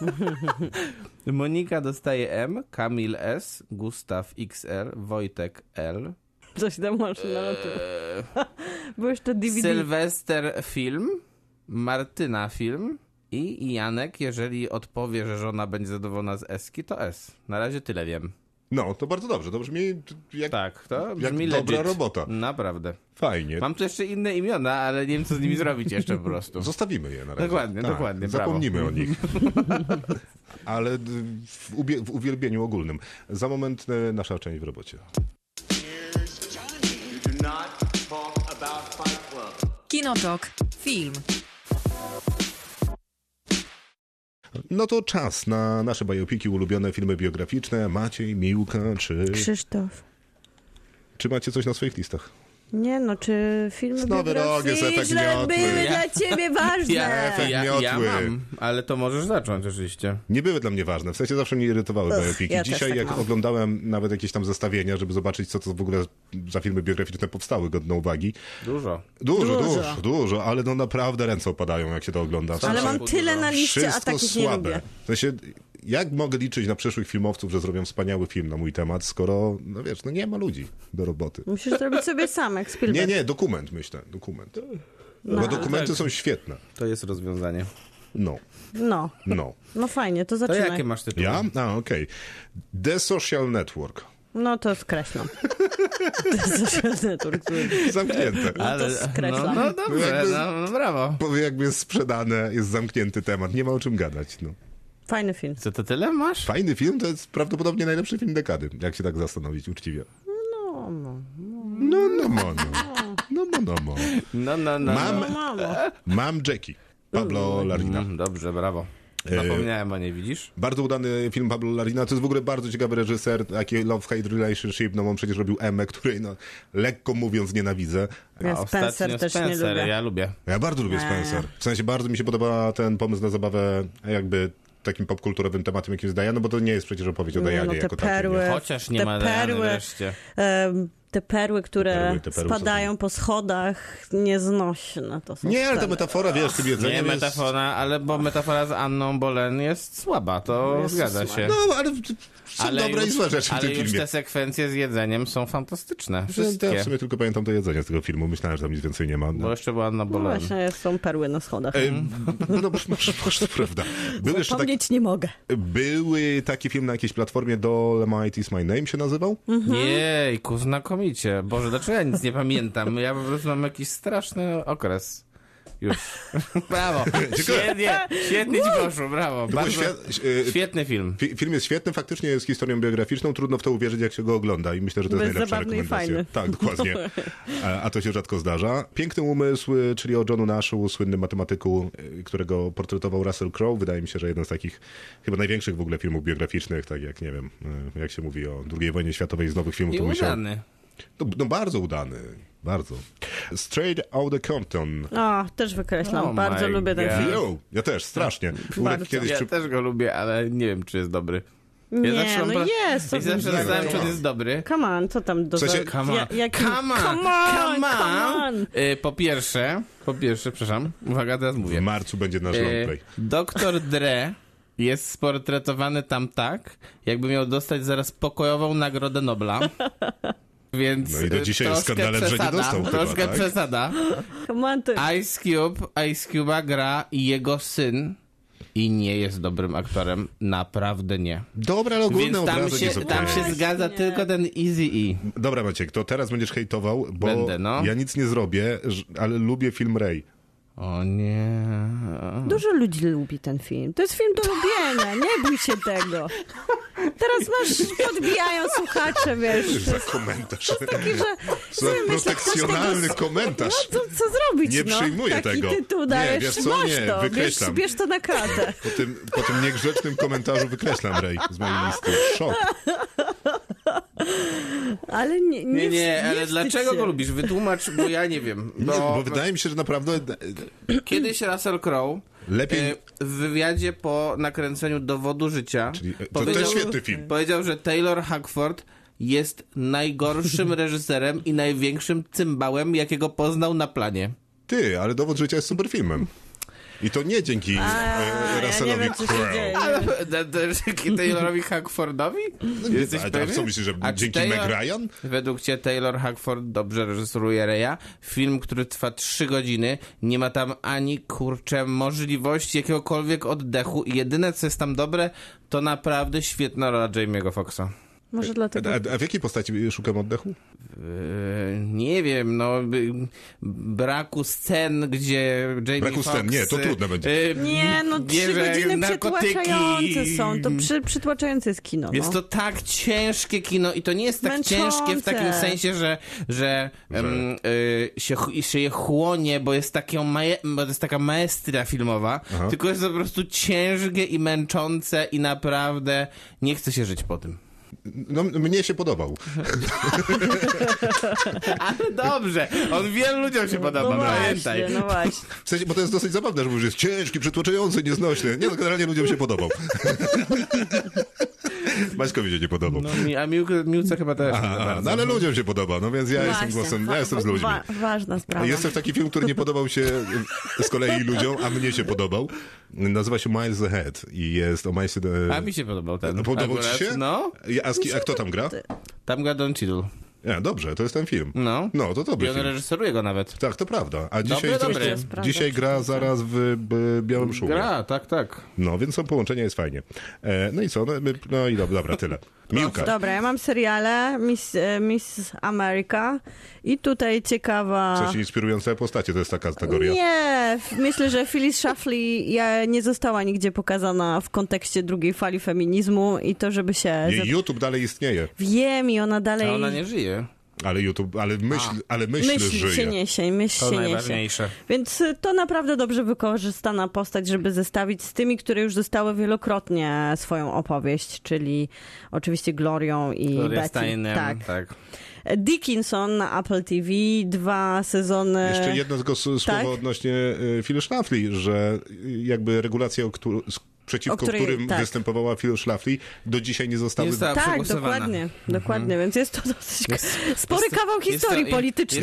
Monika dostaje M, Kamil S, Gustaw XR, Wojtek L, Coś tam maszyna na to. Bo już to DVD. Sylwester Film, Martyna Film i Janek, jeżeli odpowie, że żona będzie zadowolona z Eski, to S. Na razie tyle wiem. No, to bardzo dobrze. To brzmi jak, Tak, to jak brzmi dobra legit. robota. Naprawdę. Fajnie. Mam tu jeszcze inne imiona, ale nie wiem, co z nimi zrobić jeszcze po prostu. Zostawimy je na razie. Dokładnie, Tak, dokładnie, brawo. Zapomnimy o nich. Ale w uwielbieniu ogólnym. Za moment nasza część w robocie. Kinotok. Film. No to czas na nasze biopiki, ulubione filmy biograficzne. Maciej, Miłka, Krzysztof. czy macie coś na swoich listach? Nie no, czy filmy Nowy rok jest efekt biograficzne miotły. były dla ciebie ważne? Efekt Ja miotły. mam, ale to możesz zacząć oczywiście. Nie były dla mnie ważne. W sensie zawsze mnie irytowały biopiki. ja też Dzisiaj tak jak mam. oglądałem nawet jakieś tam zestawienia, żeby zobaczyć, co to w ogóle za filmy biograficzne powstały godne uwagi. Dużo. Dużo, ale no naprawdę ręce opadają, jak się to ogląda. W Ale sensie mam tyle na liście, a wszystko takich nie słabe. lubię. W sensie, jak mogę liczyć na przyszłych filmowców, że zrobią wspaniały film na mój temat, skoro, no wiesz, no nie ma ludzi do roboty. Musisz zrobić sobie sam, jak Spielberg. Nie, dokument myślę, dokument. Bo dokumenty są świetne. To jest rozwiązanie. No. No fajnie, to To zaczynaj. jakie masz tytuły? Ja? Okej. The Social Network. No to skreślam. Zamknięte. to skreślam. No dobrze, Jakby- no brawo. Powie, jakby jest sprzedane, jest zamknięty temat. Nie ma o czym gadać, no. Fajny film. Co, to tyle masz? Fajny film, to jest prawdopodobnie najlepszy film dekady, jak się tak zastanowić uczciwie. No. Mam Jackie, Pablo Larrina. Dobrze, brawo. Zapomniałem o niej, widzisz? Bardzo udany film Pablo Larrina, to jest w ogóle bardzo ciekawy reżyser, taki love-hate relationship, no on przecież robił Emmę, której no lekko mówiąc nienawidzę. Ja Spencer też nie lubię. Ja lubię. Ja bardzo lubię Spencer. W sensie bardzo mi się podoba ten pomysł na zabawę jakby takim popkulturowym tematem, jakim jest Diana, bo to nie jest przecież opowieść o Dianie jako takiej. Chociaż nie ma Diany wreszcie. Te perły, które te perły spadają po schodach, nieznośne to są Nie, ale to sceny. metafora, wiesz, tym jedzeniem Nie jest... metafora, ale bo metafora z Anną Boleyn jest słaba, to Jest zgadza słaba. się. No, ale są dobre i złe rzeczy w ale tym już filmie. te sekwencje z jedzeniem są fantastyczne. Wszystkie. Ja w sumie tylko pamiętam to jedzenie z tego filmu, myślałem, że tam nic więcej nie ma. Bo jeszcze była Anna No Boleyn. właśnie, są perły na schodach. No, może to prawda. Nie mogę. Były taki film na jakiejś platformie, Dolemite is My Name się nazywał? Jejku, znakomicie. Boże, dlaczego ja nic nie pamiętam? Ja po prostu mam jakiś straszny okres. Już. Brawo. Świetnie ci poszło, brawo. Bardzo świetny film. Film jest świetny, faktycznie jest historią biograficzną, trudno w to uwierzyć, jak się go ogląda i myślę, że to jest najlepsza Bezzabawny i rekomendacja. fajny. Tak, dokładnie. A to się rzadko zdarza. Piękny umysł, czyli o Johnu Nashu, słynnym matematyku, którego portretował Russell Crowe. Wydaje mi się, że jeden z takich chyba największych w ogóle filmów biograficznych, tak jak, nie wiem, jak się mówi o II wojnie światowej z nowych filmów. I to udany. No bardzo udany, bardzo. Straight Outta Compton. O, też wykreślam. Oh Bardzo my lubię ten God. film. Jo, ja też, strasznie. Bardzo. Kiedyś Ja też go lubię, ale nie wiem, czy jest dobry. Nie, zawsze mam no jest. Ja zawsze zastanawiam, czy come on on. jest dobry. Come on, co tam do... W sensie- Come on. Come on. Po pierwsze, przepraszam, uwaga, teraz w mówię. marcu będzie nasz longplay. Dr. Dre jest sportretowany tam tak, jakby miał dostać zaraz pokojową Nagrodę Nobla. Więc No i do dzisiaj jest troszkę skandalem, że nie dostał chyba, troszkę tak? przesada. Come on, ty. Ice Cube'a gra jego syn i nie jest dobrym aktorem. Naprawdę nie. Dobra, ale ogólny Więc obrazek jest tam okej. się zgadza Nie. tylko ten Eazy-E. Dobra, Maciek, to teraz będziesz hejtował, bo Będę, no. ja nic nie zrobię, ale lubię film Ray. O nie. Dużo ludzi lubi ten film. To jest film do lubienia, nie bój się tego. Teraz podbijają słuchacze, wiesz. Za komentarz. Taki, że Za sobie myślę, protekcjonalny ktoś tego- komentarz. No to co zrobić, Nie no? przyjmuję Taki tego. tytuł Nie, dajesz, wiesz co? masz Nie, to, wykreślam. bierz to na kratę. Po tym niegrzecznym komentarzu wykreślam Ray z mojej listy. Szok. Ale Nie, ale wstydź dlaczego się. go lubisz? Wytłumacz, bo ja nie wiem. Nie, bo wydaje mi się, że naprawdę Kiedyś Russell Crowe lepiej... w wywiadzie po nakręceniu Dowodu życia Czyli to jest świetny film. powiedział, że Taylor Hackford jest najgorszym reżyserem i największym cymbałem, jakiego poznał na planie. Ty, ale Dowód życia jest super filmem. I to nie dzięki Ja nie Russellowi wiem, co się Crowe. dzieje. Ale Taylorowi Hackfordowi? Jesteś A pewien? co myślisz, że A czy dzięki Meg Ryan? Według cię Taylor Hackford dobrze reżyseruje Raya. Film, który trwa 3 godziny, nie ma tam ani, kurczę, możliwości jakiegokolwiek oddechu i jedyne, co jest tam dobre, to naprawdę świetna rola Jamie'ego Foxxa. Może dlatego. A w jakiej postaci szukam oddechu? Nie wiem, no braku scen, gdzie Jamie Braku Foxx... scen, nie, to trudne będzie. Nie, no 3 bierze godziny narkotyki. przytłaczające są. To przytłaczające jest kino. Jest No. to tak ciężkie kino i to nie jest tak Męczące. ciężkie w takim sensie, że się je chłonie, bo jest bo to jest taka maestria filmowa, tylko jest to po prostu ciężkie i męczące i naprawdę nie chce się żyć po tym. No, mnie się podobał. Ale dobrze, on wielu ludziom się podoba, No pamiętaj. właśnie, no właśnie. W sensie, bo to jest dosyć zabawne, że mówisz, że jest ciężki, przytłaczający, nieznośny. Nie, no generalnie ludziom się podobał. Maćkowi się nie podobał. No, a Miłce chyba też nie za bardzo. No ale ludziom się podoba, no więc ja jestem Właśnie, głosem, ja jestem z ludźmi. Ważna sprawa. Jest też taki film, który nie podobał się z kolei ludziom, a mnie się podobał. Nazywa się Miles Ahead i jest o Milesie... A mi się podobał ten. Podobał ci akurat, się? No, A kto tam gra? tam gra Don Cheadle. Ja, dobrze, to jest ten film. No. No, to dobry I on film. reżyseruje go nawet. Tak, to prawda. A dzisiaj, dobry. dzisiaj gra zaraz w Białym Szumie. Gra, tak. No, więc są połączenia, jest fajnie. No i co? No i dobra, tyle. Milka. Dobra, ja mam seriale Miss America i tutaj ciekawa... Coś inspirujące postacie, to jest taka kategoria. Nie, myślę, że Phyllis Schlafly nie została nigdzie pokazana w kontekście drugiej fali feminizmu i to, żeby się... Jej YouTube dalej istnieje, Wiem i ona dalej... A ona nie żyje. ale YouTube, ale myśl żyje. się niesie, myśl To się niesie. najważniejsze. Więc to naprawdę dobrze wykorzystana postać, żeby zestawić z tymi, które już zostały wielokrotnie swoją opowieść, czyli oczywiście Glorią i Gloria Betty. Steinem, Tak. Dickinson na Apple TV, 2 sezony. Jeszcze jedno słowo Tak? odnośnie Phil Schlafly, że jakby regulacje, przeciwko którym występowała Phil Schlafly, do dzisiaj nie zostały... Tak, dokładnie, dokładnie, więc jest to dosyć spory kawał historii politycznej.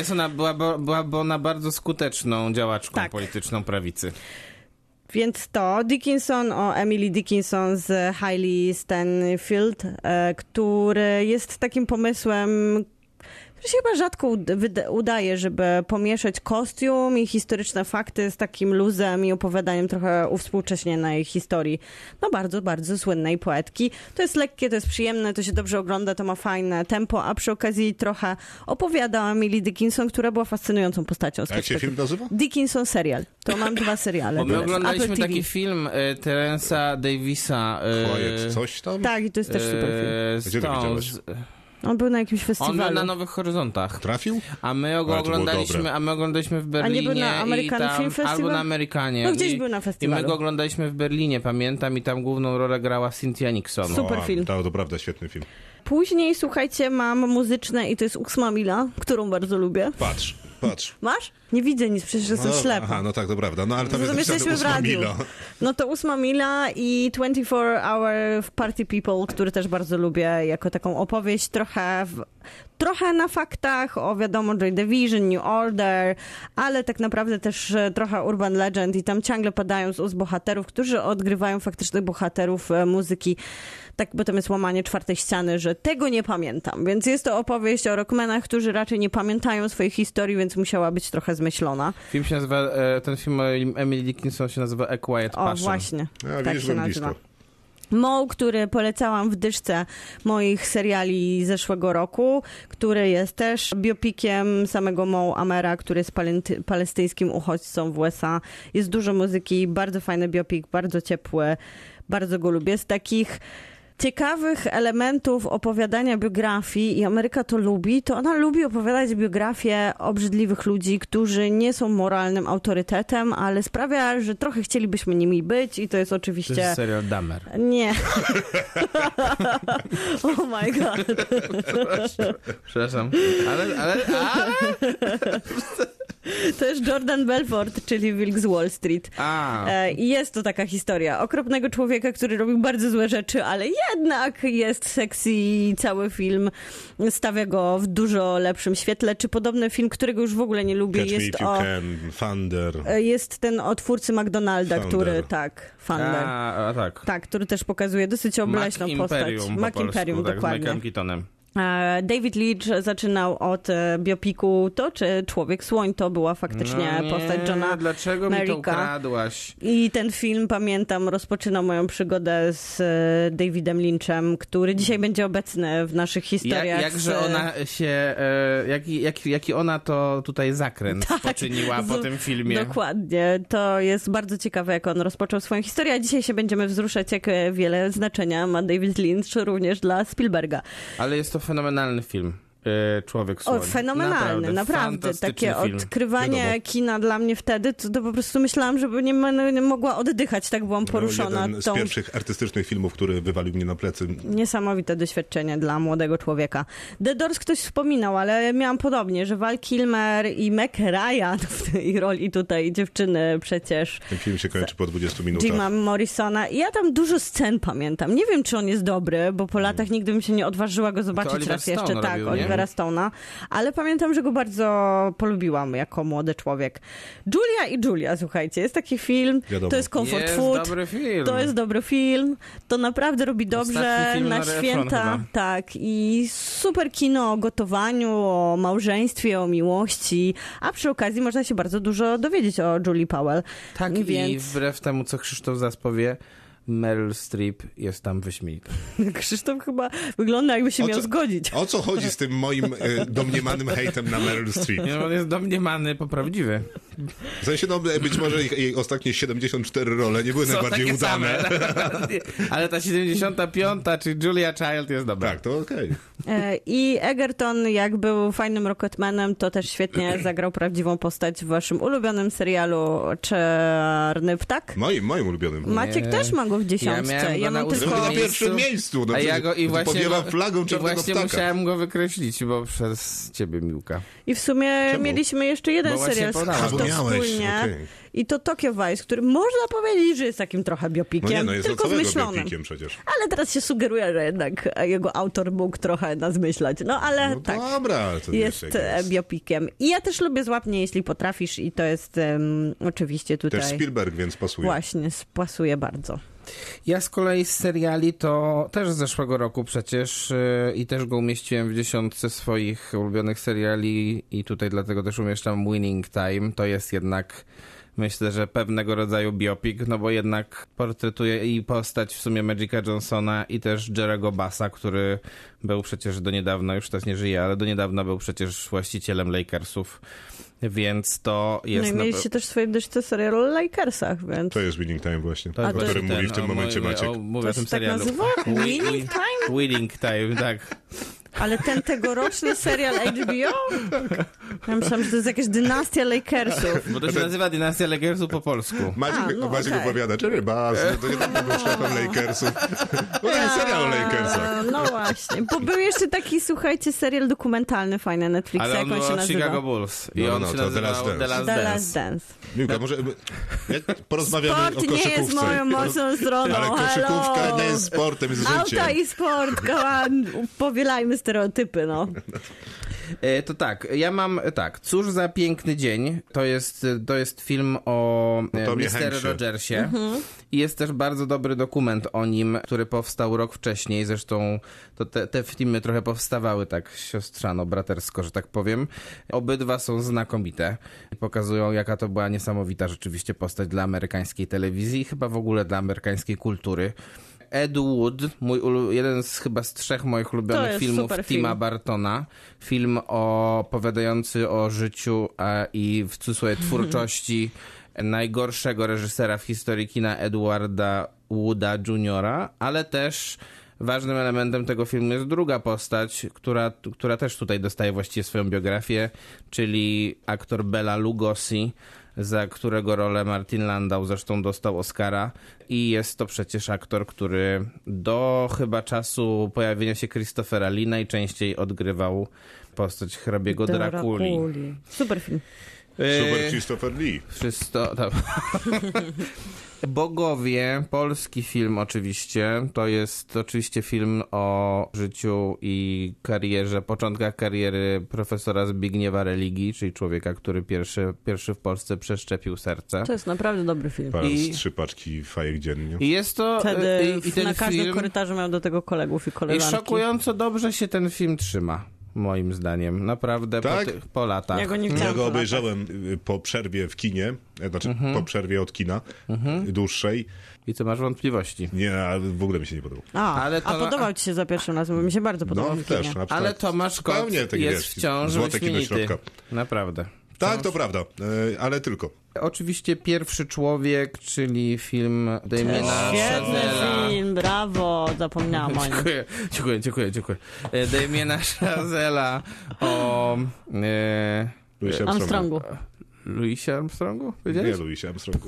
Byłaby ona bardzo skuteczną działaczką polityczną prawicy. Więc to Dickinson o Emily Dickinson z Hailey Steinfeld, który jest takim pomysłem, który się chyba rzadko udaje, żeby pomieszać kostium i historyczne fakty z takim luzem i opowiadaniem trochę uwspółcześnionej historii. No bardzo, bardzo słynnej poetki. To jest lekkie, to jest przyjemne, to się dobrze ogląda, to ma fajne tempo, a przy okazji trochę opowiada o Emily Dickinson, która była fascynującą postacią. A jak się film nazywa? Dickinson serial. To mam 2 seriale. Bo my oglądaliśmy Apple taki TV. film Terensa Davisa. Quiet, coś tam? Tak, i to jest też super film. Gdzie to widziałeś? On był na jakimś festiwalu. On był na Nowych Horyzontach. Trafił? A my go oglądaliśmy w Berlinie. A nie był na American i tam, Film Festival? Albo na Amerykanie. No gdzieś był na festiwalu. I my go oglądaliśmy w Berlinie, pamiętam, i tam główną rolę grała Cynthia Nixon. Super film. To prawda, świetny film. Później, słuchajcie, mam muzyczne i to jest 8 mila, którą bardzo lubię. Patrz. Masz? Nie widzę nic, przecież jestem ślepa. Aha, no tak, to prawda. No ale tam No to jest jesteśmy w radiu. Mila. No to 8 mila i 24 Hour Party People, który też bardzo lubię, jako taką opowieść trochę na faktach, o wiadomo, Joy Division, New Order, ale tak naprawdę też trochę Urban Legend i tam ciągle padają z ust bohaterów, którzy odgrywają faktycznych bohaterów muzyki. Tak, bo tam jest łamanie czwartej ściany, że tego nie pamiętam. Więc jest to opowieść o rockmanach, którzy raczej nie pamiętają swojej historii, więc musiała być trochę zmyślona. Film się nazywa, ten film o Emily Dickinson się nazywa A Quiet Passion. O, właśnie. Ja Tak się nazywa. Moe, który polecałam w dyszce moich seriali zeszłego roku, który jest też biopikiem samego Moe Amera, który jest palestyńskim uchodźcą w USA. Jest dużo muzyki, bardzo fajny biopik, bardzo ciepły, bardzo go lubię. Z takich ciekawych elementów opowiadania biografii, i Ameryka to lubi, to ona lubi opowiadać biografię obrzydliwych ludzi, którzy nie są moralnym autorytetem, ale sprawia, że trochę chcielibyśmy nimi być, i to jest oczywiście... To jest serial Dahmer. Nie. Oh my god. Przepraszam. Ale... To jest Jordan Belfort, czyli Wilk z Wall Street. I jest to taka historia okropnego człowieka, który robił bardzo złe rzeczy, ale jednak jest sexy i cały film stawia go w dużo lepszym świetle. Czy podobny film, którego już w ogóle nie lubię, Catch jest Me If You Can, Thunder. Jest ten o twórcy McDonalda, Thunder. który, Thunder. Tak. Tak, który też pokazuje dosyć obleśną postać. Mac Imperium, tak, dokładnie. Z Michaelem Keatonem. David Leitch zaczynał od biopiku To, czy Człowiek Słoń, to była faktycznie postać Johna dlaczego mi to Merricka. ukradłaś? I ten film, pamiętam, rozpoczynał moją przygodę z Davidem Lynchem, który dzisiaj będzie obecny w naszych historiach. Jakże ona się, jaki ona to tutaj zakręt poczyniła po tym filmie. Dokładnie. To jest bardzo ciekawe, jak on rozpoczął swoją historię, a dzisiaj się będziemy wzruszać, jak wiele znaczenia ma David Lynch również dla Spielberga. Ale jest to fenomenalny film. Człowiek Słoń. O, fenomenalny, naprawdę. Takie film. odkrywanie kina dla mnie wtedy, to po prostu myślałam, żeby nie mogła oddychać, tak byłam poruszona. Jeden z pierwszych artystycznych filmów, który wywalił mnie na plecy. Niesamowite doświadczenie dla młodego człowieka. The Doors ktoś wspominał, ale miałam podobnie, że Val Kilmer i Meg Ryan w tej roli tutaj dziewczyny przecież. Ten film się kończy po 20 minutach. Jima Morrisona. I ja tam dużo scen pamiętam. Nie wiem, czy on jest dobry, bo po latach nigdy bym się nie odważyła go zobaczyć raz jeszcze. Tak, Olivera Stone'a, ale pamiętam, że go bardzo polubiłam jako młody człowiek. Julia, słuchajcie, jest taki film, Wiadomo. to jest comfort food. Dobry film. To jest dobry film, to naprawdę robi dobrze film na święta. Tak, i super kino o gotowaniu, o małżeństwie, o miłości, a przy okazji można się bardzo dużo dowiedzieć o Julie Powell. Tak, i wbrew temu, co Krzysztof Zas powie, Meryl Streep jest tam wyśmienita. Krzysztof chyba wygląda, jakby się O miał co- zgodzić. O co chodzi z tym moim domniemanym hejtem na Meryl Streep? Nie, on jest domniemany po prawdziwy. W sensie, no, być może jej ostatnie 74 role nie były Są najbardziej takie udane. same. Ale ta 75, czyli Julia Child jest dobra. Tak, to okej. I Egerton, jak był fajnym Rocketmanem, to też świetnie zagrał prawdziwą postać w waszym ulubionym serialu Czarny Ptak. Moim ulubionym. Maciek też ma go w dziesiątce. miałem go na mam ósmym Był tylko... na pierwszym miejscu. No, A ja go i właśnie powiewam flagą i czarnego właśnie ptaka. musiałem go wykreślić, bo przez ciebie, Miłka. I w sumie Czemu? mieliśmy jeszcze jeden Bo właśnie serial z podałam. Krzysztof A, bo miałeś, wspólnie. okej. I to Tokyo Vice, który można powiedzieć, że jest takim trochę No biopikiem, nie, no jest tylko całego zmyślonym. biopikiem przecież. Ale teraz się sugeruje, że jednak jego autor mógł trochę nas myśleć. No ale No tak. dobra, to Jest wiesz, jak jest. biopikiem. I ja też lubię Złapnie, jeśli potrafisz, i to jest oczywiście tutaj Też Spielberg, więc pasuje. właśnie pasuje bardzo. Ja z kolei z seriali to też z zeszłego roku przecież i też go umieściłem w 10 swoich ulubionych seriali i tutaj dlatego też umieszczam Winning Time. To jest jednak, myślę, że pewnego rodzaju biopik, no bo jednak portretuje i postać w sumie Magica Johnsona i też Jerego Bassa, który był przecież do niedawna, już teraz nie żyje, ale do niedawna był przecież właścicielem Lakersów, więc to jest... No i mieliście też swoje dyszce serial o Lakersach, więc... To jest Winning Time właśnie, To jest o którym właśnie mówi w tym momencie Maciek. Mówię o To tym się tak serialu. nazywa? Winning Time? Winning Time, tak. Ale ten tegoroczny serial HBO? Ja myślałam, że to jest jakaś dynastia Lakersów. Bo to się nazywa Dynastia Lakersów po polsku. Maciek, no Maciek okej. opowiada, Jerry Bass, no to nie tak był szefem Lakersów. No to jest serial o Lakersach. No właśnie, bo był jeszcze taki, słuchajcie, serial dokumentalny fajny Netflixa, Ale on jak był on się o nazywa? Chicago Bulls. I No, on no, się to nazywał The Last Dance. The Last Dance. Miłka, może porozmawiamy Sport o nie koszykówce. jest moją mocną stroną, Ale koszykówka hello. nie jest sportem, jest życiem. Auta i sport, kochani, powielajmy stereotypy, no. To tak, ja mam, tak, Cóż za piękny dzień, to jest film o Tomie Mr. Hanksie. Rogersie i jest też bardzo dobry dokument o nim, który powstał rok wcześniej, zresztą to te filmy trochę powstawały tak siostrzano, bratersko, że tak powiem. Obydwa są znakomite, pokazują jaka to była niesamowita rzeczywiście postać dla amerykańskiej telewizji i chyba w ogóle dla amerykańskiej kultury. Ed Wood, jeden z chyba z 3 moich To ulubionych jest filmów super Tima film. Bartona. Film opowiadający o życiu i w cudzysłowie twórczości najgorszego reżysera w historii kina Edwarda Wooda Jr., ale też ważnym elementem tego filmu jest druga postać, która też tutaj dostaje właściwie swoją biografię, czyli aktor Bela Lugosi, za którego rolę Martin Landau zresztą dostał Oscara i jest to przecież aktor, który do chyba czasu pojawienia się Christophera Lee najczęściej odgrywał postać hrabiego Drakuli. Super film. Super Christopher Lee. Wszystko, tam. Bogowie, polski film oczywiście. To jest oczywiście film o życiu i karierze, początkach kariery profesora Zbigniewa Religii, czyli człowieka, który pierwszy w Polsce przeszczepił serce. To jest naprawdę dobry film. Paląc 3 paczki fajek dziennie. I jest to... Wtedy i ten na każdym film, korytarzu miał do tego kolegów i i koleżanki. szokująco dobrze się ten film trzyma, moim zdaniem. Naprawdę Tak? po latach. Ja go nie Ja widziałam. go obejrzałem po przerwie w kinie, znaczy po przerwie od kina dłuższej. I co, masz wątpliwości? Nie, ale w ogóle mi się nie podobał. Ale to- A podobał ci się za pierwszym razem, bo mi się bardzo podobał No w kinie. też, na przykład. Ale Tomasz Kot Zupełnie taki, jest wiesz, wciąż złote kino wyśmienity. środka. Naprawdę. Tak, to prawda, ale tylko. Oczywiście Pierwszy Człowiek, czyli film Damiena Świetny Chazella. film, brawo, zapomniałam o nim. Dziękuję. Damiena Chazella o Louisie Armstrongu. Louisie Armstrongu? Nie Powiedziałeś? Louisie Armstrongu.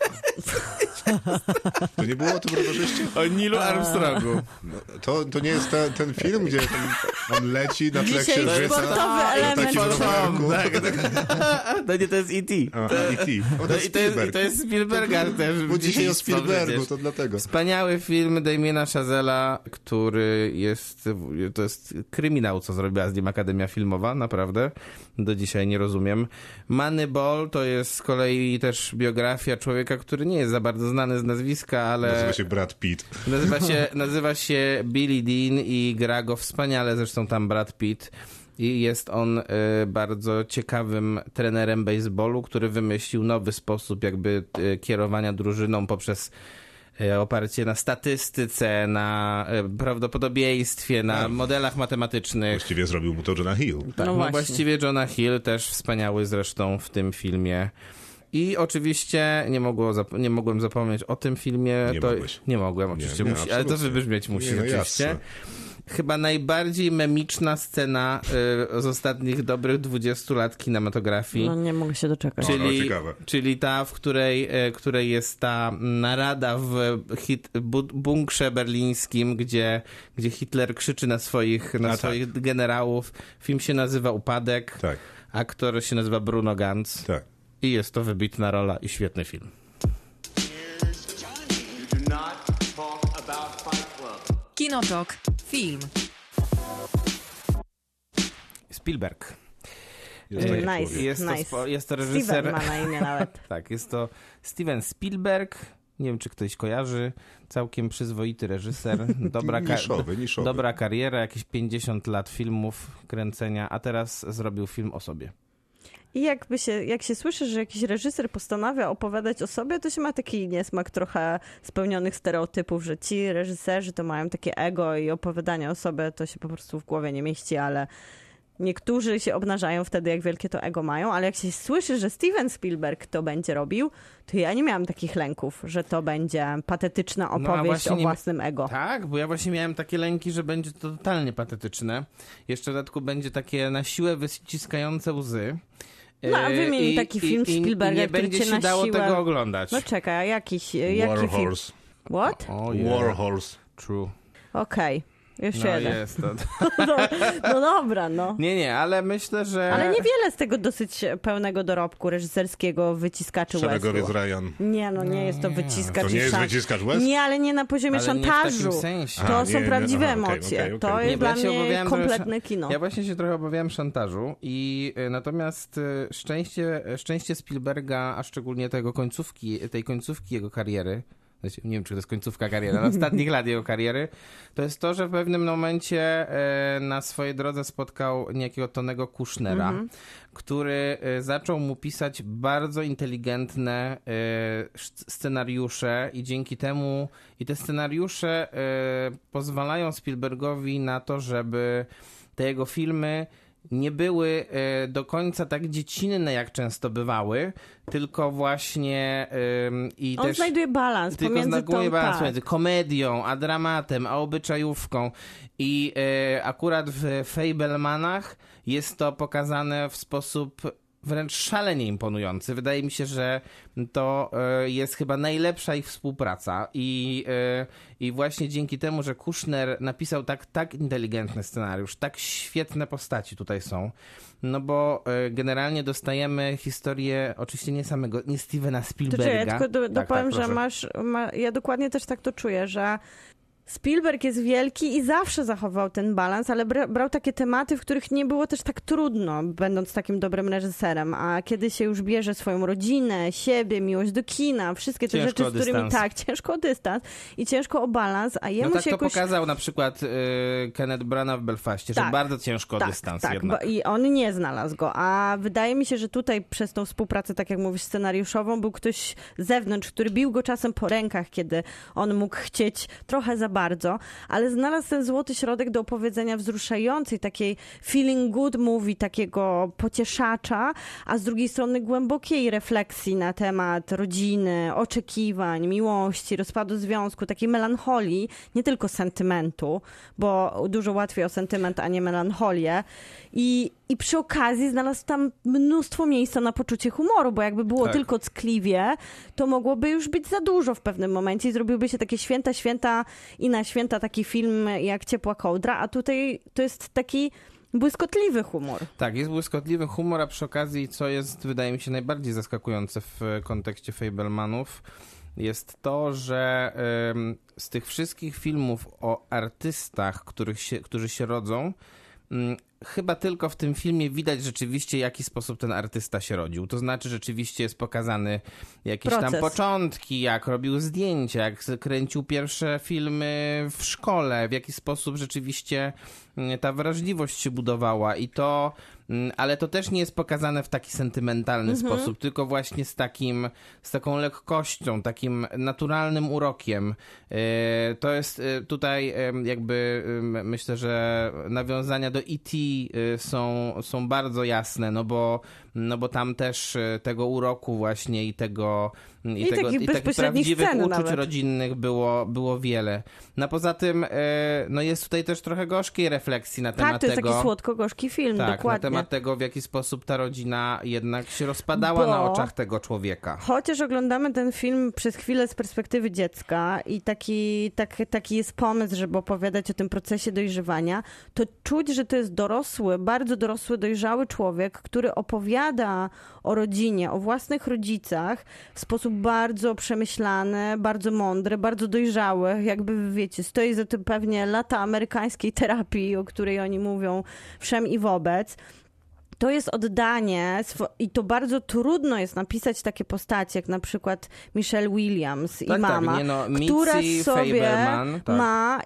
To nie było o tym rowerzyście? O Nilu Armstrongu. To nie jest ten film, gdzie on leci na tle Dzisiaj księżyca. sportowy na element. takim rowerku. No nie, to jest E.T. E.T. O, to jest I Spielberg. to jest Spielberga też. Bo dzisiaj o dzieciństwo Spielbergu, przecież. to dlatego. Wspaniały film Damiena Chazella, który to jest kryminał, co zrobiła z nim Akademia Filmowa, naprawdę. Do dzisiaj nie rozumiem. Moneyball to jest z kolei też biografia człowieka, który nie jest za bardzo znany z nazwiska, ale... Nazywa się Brad Pitt. Nazywa się Billy Dean i gra go wspaniale, zresztą tam Brad Pitt. I jest on bardzo ciekawym trenerem baseballu, który wymyślił nowy sposób jakby kierowania drużyną poprzez oparcie na statystyce, na prawdopodobieństwie, na modelach matematycznych. Właściwie zrobił mu to Jonah Hill. Tak, No właśnie. właściwie Jonah Hill, też wspaniały zresztą w tym filmie. I oczywiście nie mogłem zapomnieć o tym filmie. Nie mogłeś. Nie mogłem, oczywiście. Nie, ale to wybrzmieć musi, Nie, no oczywiście. jasne. Chyba najbardziej memiczna scena z ostatnich dobrych 20 lat kinematografii. No nie mogę się doczekać. Ciekawe. Czyli ta, w której jest ta narada w bunkrze berlińskim, gdzie Hitler krzyczy na swoich generałów. Film się nazywa Upadek. Tak. Aktor się nazywa Bruno Ganz. Tak. I jest to wybitna rola i świetny film. Kinotok. Film. Jest Spielberg. taki Nice. człowiek. Jest to reżyser. Steven ma na imię nawet. Tak, jest to Steven Spielberg. Nie wiem, czy ktoś kojarzy. Całkiem przyzwoity reżyser. Niszowy. Dobra kariera, jakieś 50 lat filmów, kręcenia, a teraz zrobił film o sobie. I jak się słyszy, że jakiś reżyser postanawia opowiadać o sobie, to się ma taki niesmak trochę spełnionych stereotypów, że ci reżyserzy to mają takie ego i opowiadanie o sobie to się po prostu w głowie nie mieści, ale niektórzy się obnażają wtedy, jak wielkie to ego mają, ale jak się słyszy, że Steven Spielberg to będzie robił, to ja nie miałam takich lęków, że to będzie patetyczna opowieść o własnym ego. Tak, bo ja właśnie miałem takie lęki, że będzie to totalnie patetyczne. Jeszcze w dodatku będzie takie na siłę wyciskające łzy. No, a wymień taki film Spielberga, nie który będzie cię się na dało siłę... tego oglądać. No czekaj, a jaki War film? Horse. What? War Horse. True. Okej. Jeszcze No jeden. jest to. No dobra, no. Nie, ale myślę, że... Ale niewiele z tego dosyć pełnego dorobku reżyserskiego wyciskaczy łez. Szeregowiec Ryan. Nie jest to wyciskacz. To nie jest wyciskacz łez? Nie, ale nie na poziomie Ale nie w takim szantażu. sensie. To A, są nie, prawdziwe okej, emocje. okej. To Nie, jest bo ja dla się mnie obawiałem kompletne kino. Ja właśnie się trochę obawiałem szantażu i natomiast szczęście Spielberga, a szczególnie tej końcówki jego kariery, nie wiem, czy to jest końcówka kariery, ale ostatnich lat jego kariery, to jest to, że w pewnym momencie na swojej drodze spotkał niejakiego Tonego Kushnera, który zaczął mu pisać bardzo inteligentne scenariusze i dzięki temu te scenariusze pozwalają Spielbergowi na to, żeby te jego filmy nie były do końca tak dziecinne, jak często bywały, tylko właśnie On znajduje balans pomiędzy między komedią, a dramatem, a obyczajówką i akurat w Fabelmanach jest to pokazane w sposób wręcz szalenie imponujący. Wydaje mi się, że to jest chyba najlepsza ich współpraca i właśnie dzięki temu, że Kushner napisał tak inteligentny scenariusz, tak świetne postaci tutaj są, no bo generalnie dostajemy historię, oczywiście nie Stevena Spielberga. Ja tylko dopowiem, że ja dokładnie też tak to czuję, że Spielberg jest wielki i zawsze zachował ten balans, ale brał takie tematy, w których nie było też tak trudno, będąc takim dobrym reżyserem. A kiedy się już bierze swoją rodzinę, siebie, miłość do kina, wszystkie te rzeczy, z którymi ciężko o dystans i ciężko o balans, a jemu się to jakoś... pokazał na przykład Kenneth Branagh w Belfaście, że bardzo ciężko o dystans jednak. I on nie znalazł go, a wydaje mi się, że tutaj przez tą współpracę, tak jak mówisz, scenariuszową, był ktoś z zewnątrz, który bił go czasem po rękach, kiedy on mógł chcieć trochę za bardzo, ale znalazł ten złoty środek do opowiedzenia wzruszającej, takiej feeling good movie, takiego pocieszacza, a z drugiej strony głębokiej refleksji na temat rodziny, oczekiwań, miłości, rozpadu związku, takiej melancholii, nie tylko sentymentu, bo dużo łatwiej o sentyment, a nie melancholię. I przy okazji znalazł tam mnóstwo miejsca na poczucie humoru, bo jakby było tylko ckliwie, to mogłoby już być za dużo w pewnym momencie i zrobiłby się takie święta i na święta taki film jak Ciepła kołdra, a tutaj to jest taki błyskotliwy humor. Tak, jest błyskotliwy humor, a przy okazji, co jest, wydaje mi się, najbardziej zaskakujące w kontekście Fabelmanów, jest to, że z tych wszystkich filmów o artystach, którzy się rodzą, chyba tylko w tym filmie widać rzeczywiście, w jaki sposób ten artysta się rodził. To znaczy, rzeczywiście jest pokazany jakieś tam początki, jak robił zdjęcia, jak kręcił pierwsze filmy w szkole, w jaki sposób rzeczywiście ta wrażliwość się budowała i to ale to też nie jest pokazane w taki sentymentalny sposób, tylko właśnie z taką lekkością, takim naturalnym urokiem. To jest tutaj jakby myślę, że nawiązania do E.T. są bardzo jasne, no bo tam też tego uroku właśnie i takich prawdziwych uczuć nawet rodzinnych było wiele. No poza tym no jest tutaj też trochę gorzkiej refleksji na temat tego. Tak, to jest taki słodko-gorzki film, dokładnie. Na temat tego, w jaki sposób ta rodzina jednak się rozpadała na oczach tego człowieka. Chociaż oglądamy ten film przez chwilę z perspektywy dziecka i taki jest pomysł, żeby opowiadać o tym procesie dojrzewania, to czuć, że to jest dorosły, bardzo dorosły, dojrzały człowiek, który opowiada o rodzinie, o własnych rodzicach w sposób bardzo przemyślany, bardzo mądry, bardzo dojrzały. Jakby, wiecie, stoi za tym pewnie lata amerykańskiej terapii, o której oni mówią wszem i wobec. To jest oddanie i to bardzo trudno jest napisać takie postacie, jak na przykład Michelle Williams i mama, która sobie ma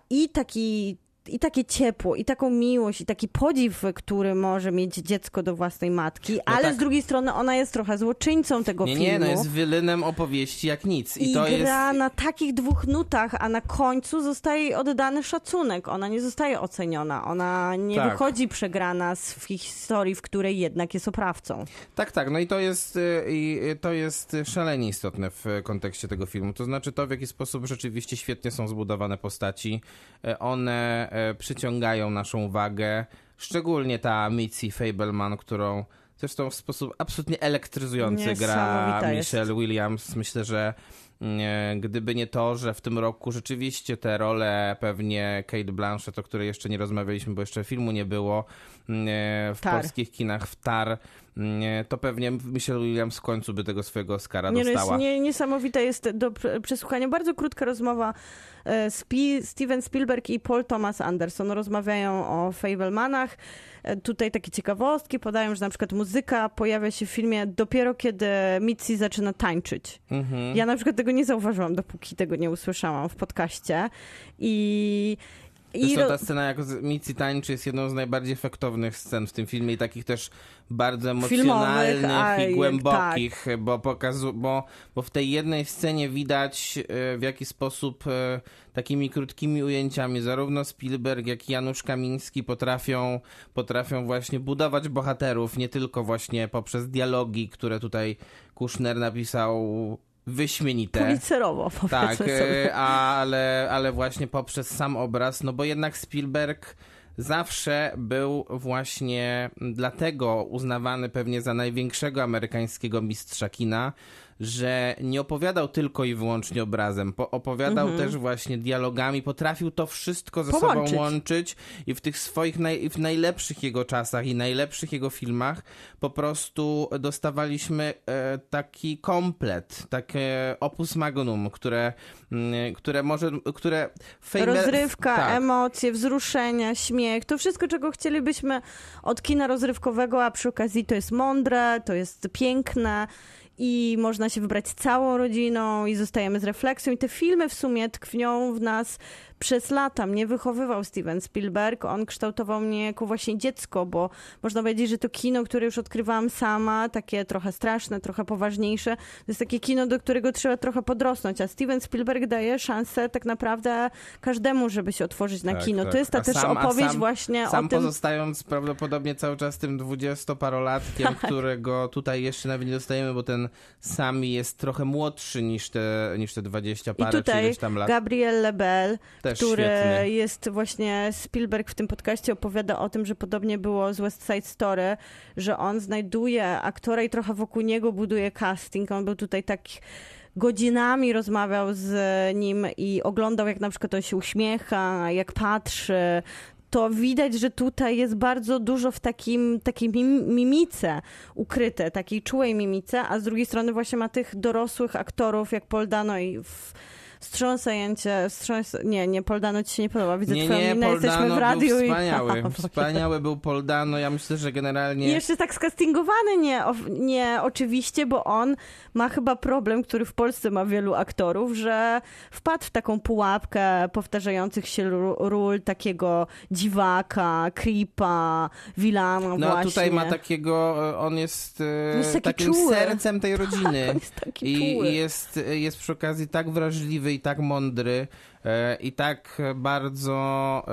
i takie ciepło, i taką miłość, i taki podziw, który może mieć dziecko do własnej matki, ale z drugiej strony ona jest trochę złoczyńcą tego filmu. Nie, jest wilynem opowieści jak nic. I to gra na takich 2 nutach, a na końcu zostaje jej oddany szacunek. Ona nie zostaje oceniona. Ona nie wychodzi przegrana z historii, w której jednak jest oprawcą. Tak. No i to jest szalenie istotne w kontekście tego filmu. To znaczy to, w jaki sposób rzeczywiście świetnie są zbudowane postaci. One przyciągają naszą uwagę, szczególnie ta Mitzi Fabelman, którą zresztą w sposób absolutnie elektryzujący gra Michelle Williams. Myślę, że gdyby nie to, że w tym roku rzeczywiście te role, pewnie Cate Blanchett, o której jeszcze nie rozmawialiśmy, bo jeszcze filmu nie było w polskich kinach, w Tar, to pewnie Michelle Williams w końcu by tego swojego Oscara dostała. Niesamowite jest do przesłuchania. Bardzo krótka rozmowa. Steven Spielberg i Paul Thomas Anderson rozmawiają o Fabelmanach. Tutaj takie ciekawostki podają, że na przykład muzyka pojawia się w filmie dopiero kiedy Mitzi zaczyna tańczyć. Ja na przykład tego nie zauważyłam, dopóki tego nie usłyszałam w podcaście. Zresztą ta scena, jak Mitzi tańczy, jest jedną z najbardziej efektownych scen w tym filmie i takich też bardzo emocjonalnych i głębokich, bo w tej jednej scenie widać, w jaki sposób takimi krótkimi ujęciami zarówno Spielberg, jak i Janusz Kamiński potrafią właśnie budować bohaterów, nie tylko właśnie poprzez dialogi, które tutaj Kushner napisał wyśmienite. Pulicerowo, powiedzmy sobie. Ale właśnie poprzez sam obraz, no bo jednak Spielberg zawsze był właśnie dlatego uznawany pewnie za największego amerykańskiego mistrza kina, że nie opowiadał tylko i wyłącznie obrazem, opowiadał też właśnie dialogami, potrafił to wszystko ze sobą łączyć i w tych swoich w najlepszych jego czasach i najlepszych jego filmach po prostu dostawaliśmy taki komplet, takie opus magnum, które rozrywka, emocje, wzruszenia, śmiech, to wszystko, czego chcielibyśmy od kina rozrywkowego, a przy okazji to jest mądre, to jest piękne i można się wybrać z całą rodziną i zostajemy z refleksją i te filmy w sumie tkwią w nas przez lata. Mnie wychowywał Steven Spielberg, on kształtował mnie jako właśnie dziecko, bo można powiedzieć, że to kino, które już odkrywałam sama, takie trochę straszne, trochę poważniejsze, to jest takie kino, do którego trzeba trochę podrosnąć, a Steven Spielberg daje szansę tak naprawdę każdemu, żeby się otworzyć na kino. To jest ta też opowieść właśnie o tym... pozostając prawdopodobnie cały czas tym 20-parolatkiem, którego tutaj jeszcze nawet nie dostajemy, bo ten Sami jest trochę młodszy niż te 20 parę czy ileś tam lat. Gabriel Lebel, też który świetny. jest właśnie, Spielberg w tym podcaście opowiada o tym, że podobnie było z West Side Story, że on znajduje aktora i trochę wokół niego buduje casting. On był tutaj taki godzinami rozmawiał z nim i oglądał, jak na przykład on się uśmiecha, jak patrzy. To widać, że tutaj jest bardzo dużo w takiej mimice ukryte, takiej czułej mimice, a z drugiej strony właśnie ma tych dorosłych aktorów jak Paul Dano i w Nie, Paul Dano ci się nie podoba. Widzę Nie, twoją minę, Paul jesteśmy Dano w radiu był wspaniały. Wspaniały był Paul Dano. Ja myślę, że generalnie... I jeszcze jest tak skastingowany nie oczywiście, bo on ma chyba problem, który w Polsce ma wielu aktorów, że wpadł w taką pułapkę powtarzających się ról takiego dziwaka, creepa, wilana No właśnie. a tutaj ma takiego, on jest takim czuły. sercem tej rodziny. On jest taki czuły. I jest przy okazji tak wrażliwy i tak mądry i tak bardzo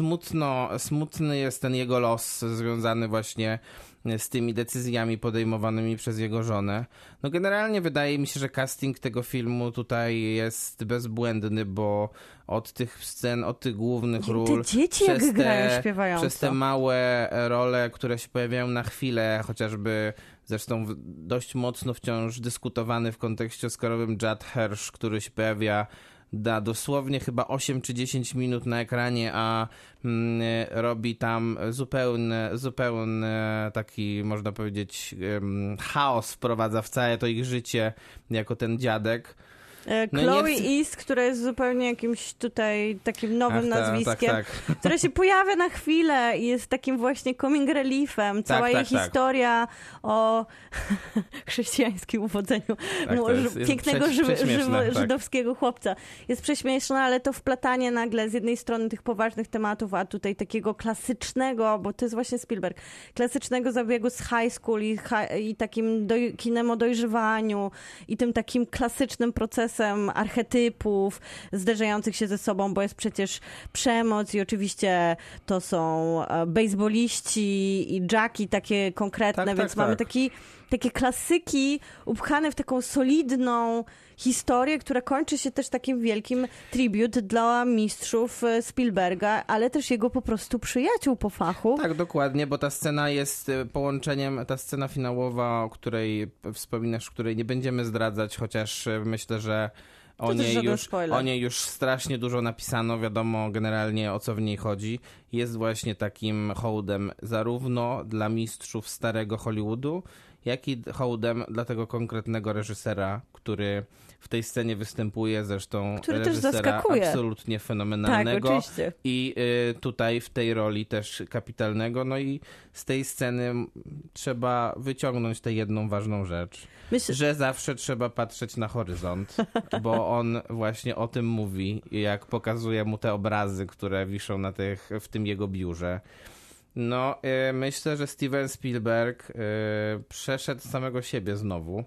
smutny jest ten jego los związany właśnie z tymi decyzjami podejmowanymi przez jego żonę. No generalnie wydaje mi się, że casting tego filmu tutaj jest bezbłędny, bo od tych scen, od tych głównych ról, te dzieci jak grają śpiewająco. przez te małe role, które się pojawiają na chwilę, chociażby zresztą dość mocno wciąż dyskutowany w kontekście oscarowym Judd Hirsch, który się pojawia da dosłownie chyba 8 czy 10 minut na ekranie, a robi tam zupełny taki, można powiedzieć, chaos wprowadza w całe to ich życie jako ten dziadek. Chloe East, która jest zupełnie jakimś tutaj takim nowym nazwiskiem, która się pojawia na chwilę i jest takim właśnie coming reliefem. Cała jej historia o chrześcijańskim uwodzeniu pięknego żydowskiego chłopca jest prześmieszna, ale to wplatanie nagle z jednej strony tych poważnych tematów, a tutaj takiego klasycznego, bo to jest właśnie Spielberg, klasycznego zabiegu z high school i takim kinem o dojrzewaniu i tym takim klasycznym procesem archetypów zderzających się ze sobą, bo jest przecież przemoc i oczywiście to są bejsboliści i jacki takie konkretne, więc mamy takie klasyki upchane w taką solidną historię, która kończy się też takim wielkim tribut dla mistrzów Spielberga, ale też jego po prostu przyjaciół po fachu. Tak, dokładnie, bo ta scena jest połączeniem, ta scena finałowa, o której wspominasz, której nie będziemy zdradzać, chociaż myślę, że o niej już strasznie dużo napisano, wiadomo generalnie o co w niej chodzi. Jest właśnie takim hołdem zarówno dla mistrzów starego Hollywoodu, jak i hołdem dla tego konkretnego reżysera, który w tej scenie występuje, zresztą który reżysera absolutnie fenomenalnego. Tak, oczywiście. I tutaj w tej roli też kapitalnego. No i z tej sceny trzeba wyciągnąć tę jedną ważną rzecz. Że zawsze trzeba patrzeć na horyzont, bo on właśnie o tym mówi, jak pokazuje mu te obrazy, które wiszą w tym jego biurze. No, myślę, że Steven Spielberg przeszedł samego siebie znowu.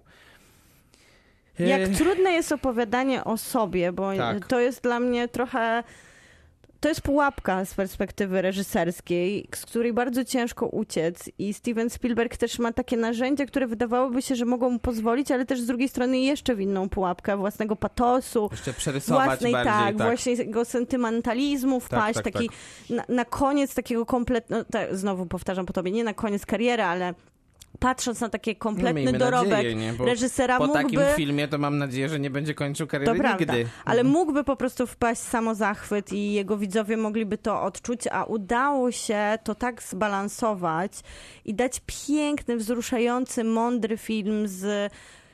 Jak trudne jest opowiadanie o sobie, bo to jest dla mnie trochę... To jest pułapka z perspektywy reżyserskiej, z której bardzo ciężko uciec i Steven Spielberg też ma takie narzędzia, które wydawałoby się, że mogą mu pozwolić, ale też z drugiej strony jeszcze w inną pułapkę własnego patosu. Jeszcze przerysować własnej, bardziej. Właśnie jego sentymentalizmu wpaść, na koniec takiego kompletnego, znowu powtarzam po tobie, nie na koniec kariery, ale patrząc na taki kompletny dorobek reżysera po mógłby... takim filmie to mam nadzieję, że nie będzie kończył kariery nigdy. Prawda, ale mógłby po prostu wpaść w samozachwyt i jego widzowie mogliby to odczuć, a udało się to tak zbalansować i dać piękny, wzruszający, mądry film z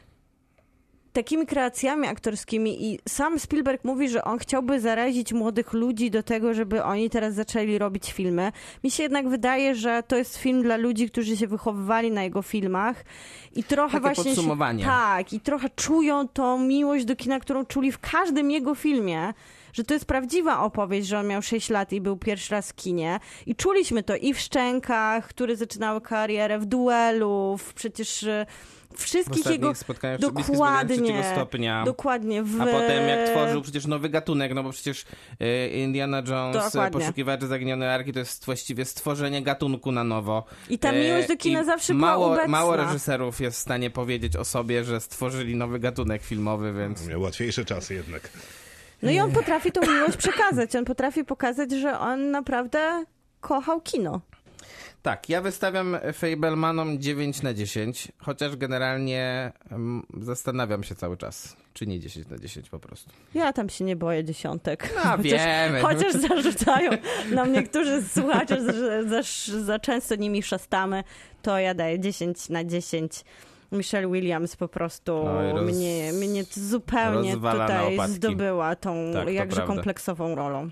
takimi kreacjami aktorskimi i sam Spielberg mówi, że on chciałby zarazić młodych ludzi do tego, żeby oni teraz zaczęli robić filmy. Mi się jednak wydaje, że to jest film dla ludzi, którzy się wychowywali na jego filmach i trochę takie właśnie podsumowanie. I trochę czują tą miłość do kina, którą czuli w każdym jego filmie, że to jest prawdziwa opowieść, że on miał 6 lat i był pierwszy raz w kinie. I czuliśmy to i w Szczękach, które zaczynały karierę, w Duelu, przecież wszystkich jego... spotkaniach dokładnie, stopnia. Dokładnie. A potem jak tworzył przecież nowy gatunek, no bo przecież Indiana Jones, Poszukiwacze Zaginionej Arki to jest właściwie stworzenie gatunku na nowo. I ta miłość do kina zawsze była obecna. Mało reżyserów jest w stanie powiedzieć o sobie, że stworzyli nowy gatunek filmowy, więc... Miał łatwiejsze czasy jednak. No i on potrafi tą miłość przekazać. On potrafi pokazać, że on naprawdę kochał kino. Tak, ja wystawiam Fabelmanom 9/10, chociaż generalnie zastanawiam się cały czas, czy nie 10/10 po prostu. Ja tam się nie boję dziesiątek. No wiemy. Chociaż zarzucają nam niektórzy słuchacze, że za często nimi szastamy, to ja daję 10/10. Michelle Williams po prostu No mnie zupełnie rozwala na tutaj opadki. zdobyła tą Tak, to jakże prawda. kompleksową rolą.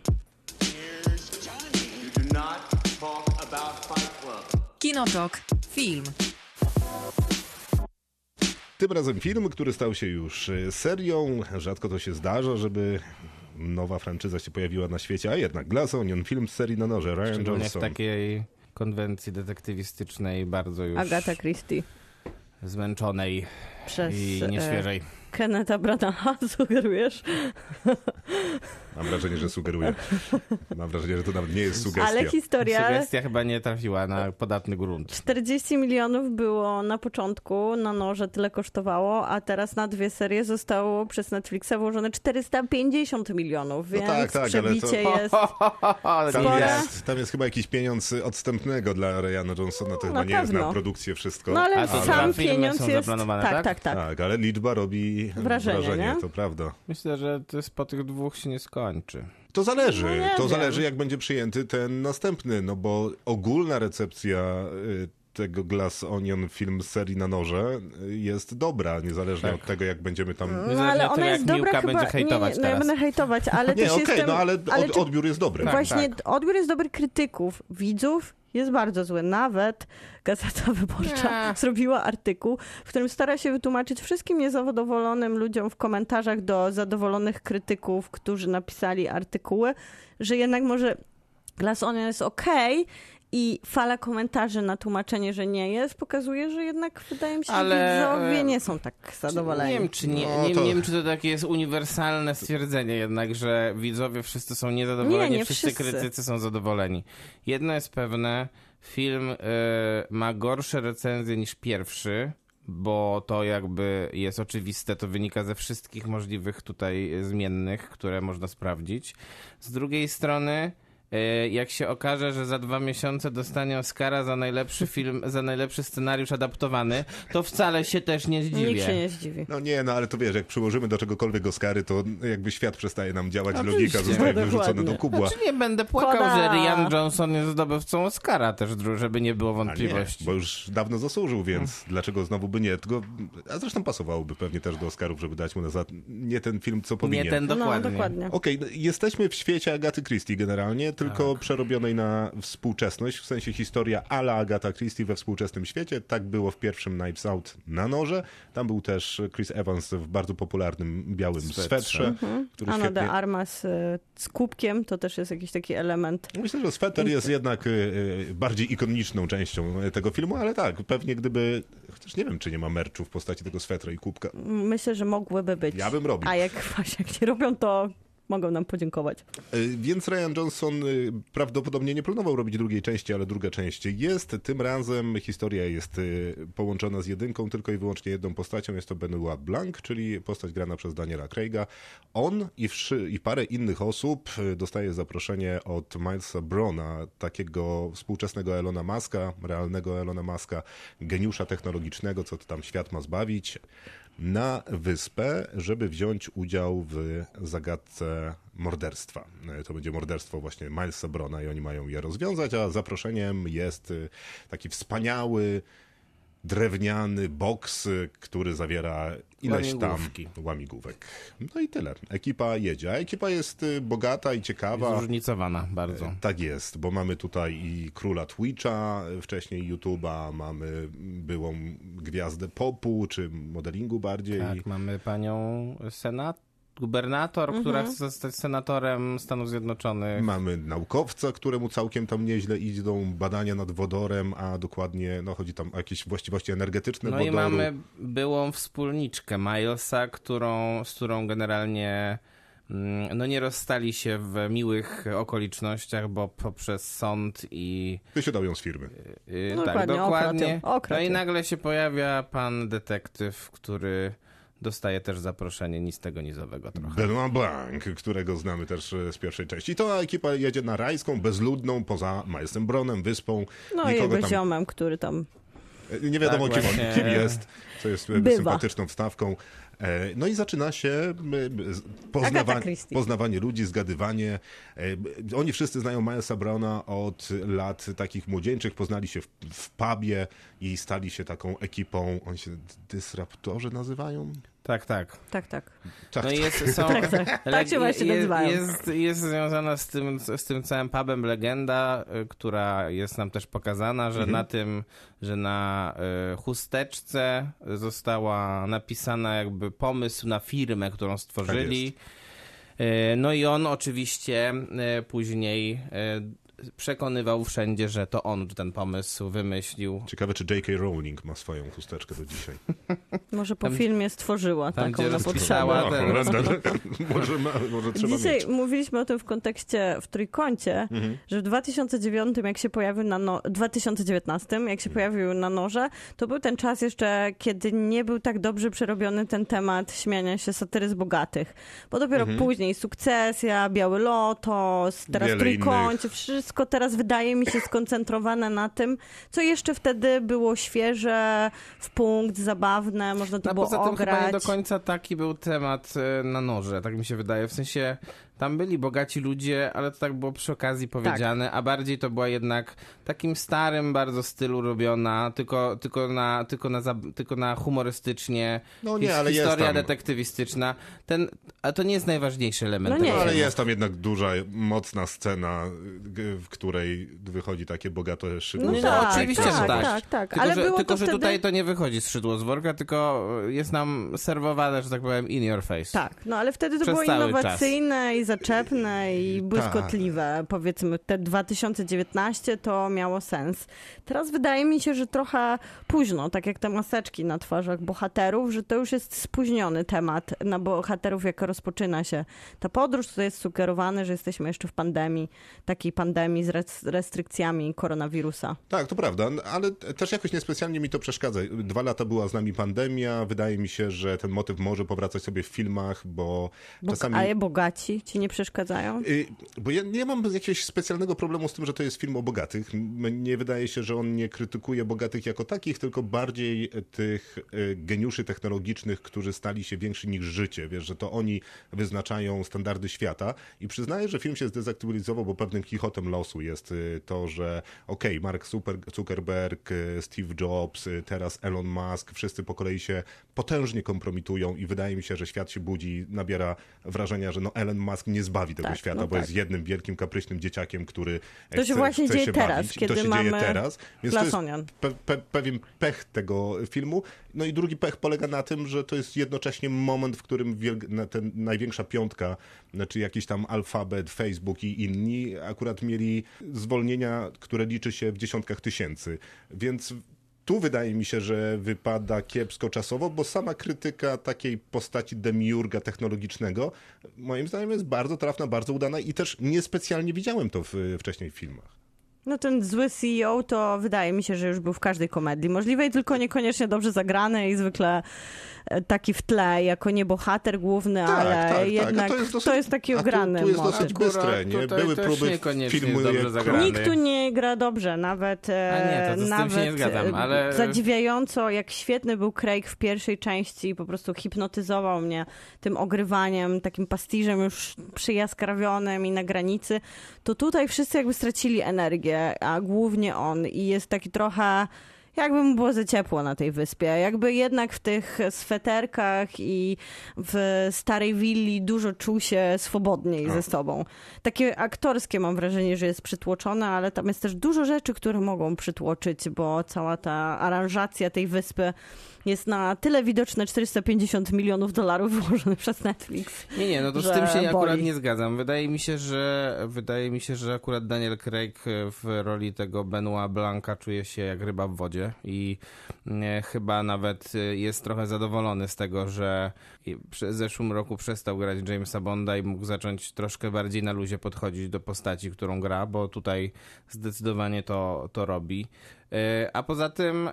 Kinotok. Film. Tym razem film, który stał się już serią. Rzadko to się zdarza, żeby nowa franczyza się pojawiła na świecie, a jednak Glass Onion, film z serii na noże, Rian Szczególnie w Johnson. takiej konwencji detektywistycznej, bardzo już Agatha Christie zmęczonej przez i nieświeżej. Kennetha Branaha, sugerujesz? Mam wrażenie, że sugeruję. Mam wrażenie, że to nawet nie jest sugestia. Ale historia... Sugestia chyba nie trafiła na podatny grunt. 40 milionów było na początku, na noże tyle kosztowało, a teraz na 2 serie zostało przez Netflixa włożone 450 milionów, więc tak, ale przebicie to- jest... Spora. Tam jest chyba jakiś pieniądz odstępnego dla Ryana Johnsona, to chyba Na nie jest na pewno. produkcję wszystko. No ale A to sam dwa filmy pieniądz są jest... zaplanowane, tak, tak? tak, tak. Tak, ale liczba robi Wrażenie, nie? to prawda. Myślę, że to jest po tych 2 się nie skończy. To zależy, No nie wiem. zależy jak będzie przyjęty ten następny, no bo ogólna recepcja tego Glass Onion film z serii na noże jest dobra, niezależnie Tak. od tego jak będziemy tam... No Niezależnie ale od tego, ona jak jest dobra Miłka chyba... będzie hejtować no ja teraz. będę hejtować, ale Nie, też okej, jestem... no ale czy- odbiór jest dobry. Tak. Właśnie odbiór jest dobry krytyków, widzów jest bardzo zły. Nawet Gazeta Wyborcza zrobiła artykuł, w którym stara się wytłumaczyć wszystkim niezadowolonym ludziom w komentarzach do zadowolonych krytyków, którzy napisali artykuły, że jednak może Glass Onion jest okej, i fala komentarzy na tłumaczenie, że nie jest, pokazuje, że jednak wydaje mi się, Ale, że widzowie nie są tak zadowoleni. Nie wiem, czy nie wiem, czy to takie jest uniwersalne stwierdzenie jednak, że widzowie wszyscy są niezadowoleni, Nie wszyscy wszyscy. krytycy są zadowoleni. Jedno jest pewne, film ma gorsze recenzje niż pierwszy, bo to jakby jest oczywiste, to wynika ze wszystkich możliwych tutaj zmiennych, które można sprawdzić. Z drugiej strony, jak się okaże, że za 2 miesiące dostanie Oscara za najlepszy film, za najlepszy scenariusz adaptowany, to wcale się też nie zdziwię. Nikt się nie zdziwi. No nie, no ale to wiesz, jak przyłożymy do czegokolwiek Oscary, to jakby świat przestaje nam działać, Oczywiście, logika zostaje wyrzucona dokładnie. do kubła. Znaczy nie będę płakał, Szkoda. że Rian Johnson jest zdobywcą Oscara też, żeby nie było A nie, wątpliwości. bo już dawno zasłużył, więc dlaczego znowu by nie? Tylko, a zresztą pasowałoby pewnie też do Oscarów, żeby dać mu za nie ten film, co powinien. Nie ten dokładnie. No, dokładnie. Okej, no, jesteśmy w świecie Agaty Christie generalnie, tylko Tak. przerobionej na współczesność, w sensie historia a la Agatha Christie we współczesnym świecie. Tak było w pierwszym Knives Out na noże. Tam był też Chris Evans w bardzo popularnym białym swetrze, który Ana de świetnie... Armas z kubkiem, to też jest jakiś taki element. Myślę, że sweter jest jednak bardziej ikoniczną częścią tego filmu, ale tak, pewnie gdyby... Chociaż nie wiem, czy nie ma merchu w postaci tego swetra i kubka. Myślę, że mogłyby być. Ja bym robił. A jak właśnie jak nie robią, to mogą nam podziękować. Więc Rian Johnson prawdopodobnie nie planował robić drugiej części, ale druga część jest. Tym razem historia jest połączona z jedynką, tylko i wyłącznie jedną postacią. Jest to Benoit Blanc, czyli postać grana przez Daniela Craiga. On i parę innych osób dostaje zaproszenie od Milesa Browna, takiego współczesnego Elona Muska, realnego Elona Muska, geniusza technologicznego, co to tam świat ma zbawić, na wyspę, żeby wziąć udział w zagadce morderstwa. To będzie morderstwo właśnie Milesa Browna i oni mają je rozwiązać, a zaproszeniem jest taki wspaniały, drewniany boks, który zawiera ileś tam łamigłówek. No i tyle. Ekipa jedzie. A ekipa jest bogata i ciekawa. Zróżnicowana bardzo. Tak jest, bo mamy tutaj i króla Twitcha, wcześniej YouTube'a, mamy byłą gwiazdę popu, czy modelingu bardziej. Tak, mamy panią gubernator, która chce zostać senatorem Stanów Zjednoczonych. Mamy naukowca, któremu całkiem tam nieźle idą badania nad wodorem, a dokładnie chodzi tam o jakieś właściwości energetyczne wodoru. I mamy byłą wspólniczkę Milesa, z którą generalnie nie rozstali się w miłych okolicznościach, bo poprzez sąd i... Wysiadał ją z firmy. Tak, dokładnie. Okradł No i ją. nagle się pojawia pan detektyw, który dostaje też zaproszenie ni z tego, ni z owego trochę. Benoit Blanc, którego znamy też z pierwszej części. To ekipa jedzie na rajską, bezludną, poza Milesem Brownem, wyspą. No i Nikogo jego tam... ziomem, który tam... Nie wiadomo, Tak, kim właśnie. jest, co jest Bywa. sympatyczną wstawką. No i zaczyna się poznawanie ludzi, zgadywanie. Oni wszyscy znają Milesa Browna od lat takich młodzieńczych, poznali się w pubie i stali się taką ekipą, oni się Dysraptorzy nazywają? Tak. Tak, No i tak się właśnie nazywają. Jest związana z tym całym pubem legenda, która jest nam też pokazana, że na chusteczce została napisana jakby pomysł na firmę, którą stworzyli. Tak no i on oczywiście później przekonywał wszędzie, że to on ten pomysł wymyślił. Ciekawe, czy J.K. Rowling ma swoją chusteczkę do dzisiaj. Może po filmie stworzyła tam, taką na potrzebę. Może trzeba Dzisiaj mieć. mówiliśmy o tym w kontekście w Trójkącie, że w 2009, jak się pojawił 2019, jak się pojawił na Noże, to był ten czas jeszcze, kiedy nie był tak dobrze przerobiony ten temat śmiania się satyry z bogatych. Bo dopiero później Sukcesja, Biały Lotos, teraz Wiele Trójkącie, wszystko teraz wydaje mi się skoncentrowane na tym, co jeszcze wtedy było świeże, w punkt, zabawne, można to było poza tym ograć. chyba nie do końca taki był temat na Noże, tak mi się wydaje. W sensie tam byli bogaci ludzie, ale to tak było przy okazji powiedziane, a bardziej to była jednak takim starym bardzo stylu robiona, tylko na humorystycznie, No nie, ale jest historia tam detektywistyczna. A to nie jest najważniejszy element No nie. tego Ale filmu. jest tam jednak duża, mocna scena, w której wychodzi takie bogate szydło. No z tak, worka. oczywiście, że tak. tak. Tylko, Ale że, było tylko, to że wtedy... tutaj to nie wychodzi z szydło z worka, tylko jest nam serwowane, że tak powiem, in your face. Tak, no ale wtedy to Przez było cały innowacyjne i zaczepne i błyskotliwe. Powiedzmy, te 2019 to miało sens. Teraz wydaje mi się, że trochę późno, tak jak te maseczki na twarzach bohaterów, że to już jest spóźniony temat na bohaterów, jak rozpoczyna się ta podróż. To jest sugerowane, że jesteśmy jeszcze w pandemii, takiej pandemii z restrykcjami koronawirusa. Tak, to prawda, ale też jakoś niespecjalnie mi to przeszkadza. 2 lata była z nami pandemia, wydaje mi się, że ten motyw może powracać sobie w filmach, bo czasami... A bogaci ci nie przeszkadzają? Bo ja nie mam jakiegoś specjalnego problemu z tym, że to jest film o bogatych. Nie wydaje się, że on nie krytykuje bogatych jako takich, tylko bardziej tych geniuszy technologicznych, którzy stali się więksi niż życie. Wiesz, że to oni wyznaczają standardy świata i przyznaję, że film się zdezaktualizował, bo pewnym chichotem losu jest to, że Mark Zuckerberg, Steve Jobs, teraz Elon Musk, wszyscy po kolei się potężnie kompromitują i wydaje mi się, że świat się budzi, nabiera wrażenia, że Elon Musk nie zbawi tego świata, bo jest jednym wielkim, kapryśnym dzieciakiem, który to się właśnie chce dzieje się teraz, bawić. kiedy I to się mamy dzieje teraz. Więc Flasonian. to jest pewien pech tego filmu. No i drugi pech polega na tym, że to jest jednocześnie moment, w którym ten największa piątka, znaczy jakiś tam Alphabet, Facebook i inni akurat mieli zwolnienia, które liczy się w dziesiątkach tysięcy. Więc tu wydaje mi się, że wypada kiepsko czasowo, bo sama krytyka takiej postaci demiurga technologicznego moim zdaniem jest bardzo trafna, bardzo udana i też niespecjalnie widziałem to wcześniej w filmach. No ten zły CEO to wydaje mi się, że już był w każdej komedii możliwej, tylko niekoniecznie dobrze zagrany i zwykle taki w tle, jako nie bohater główny, ale jednak to jest taki ograny tu jest motyw. dosyć bystre, nie? Były próby filmu Nikt tu nie gra dobrze, nawet się nie zgadzam, ale... zadziwiająco, jak świetny był Craig w pierwszej części, po prostu hipnotyzował mnie tym ogrywaniem, takim pastiżem już przyjaskrawionym i na granicy, to tutaj wszyscy jakby stracili energię, a głównie on i jest taki trochę... Jakby mu było za ciepło na tej wyspie. Jakby jednak w tych sweterkach i w starej willi dużo czuł się swobodniej ze sobą. Takie aktorskie mam wrażenie, że jest przytłoczone, ale tam jest też dużo rzeczy, które mogą przytłoczyć, bo cała ta aranżacja tej wyspy jest na tyle widoczne, $450 milionów wyłożone przez Netflix. Nie, no to z tym się akurat nie zgadzam. Wydaje mi się, że akurat Daniel Craig w roli tego Benoit Blanca czuje się jak ryba w wodzie i chyba nawet jest trochę zadowolony z tego, że w zeszłym roku przestał grać Jamesa Bonda i mógł zacząć troszkę bardziej na luzie podchodzić do postaci, którą gra, bo tutaj zdecydowanie to robi. A poza tym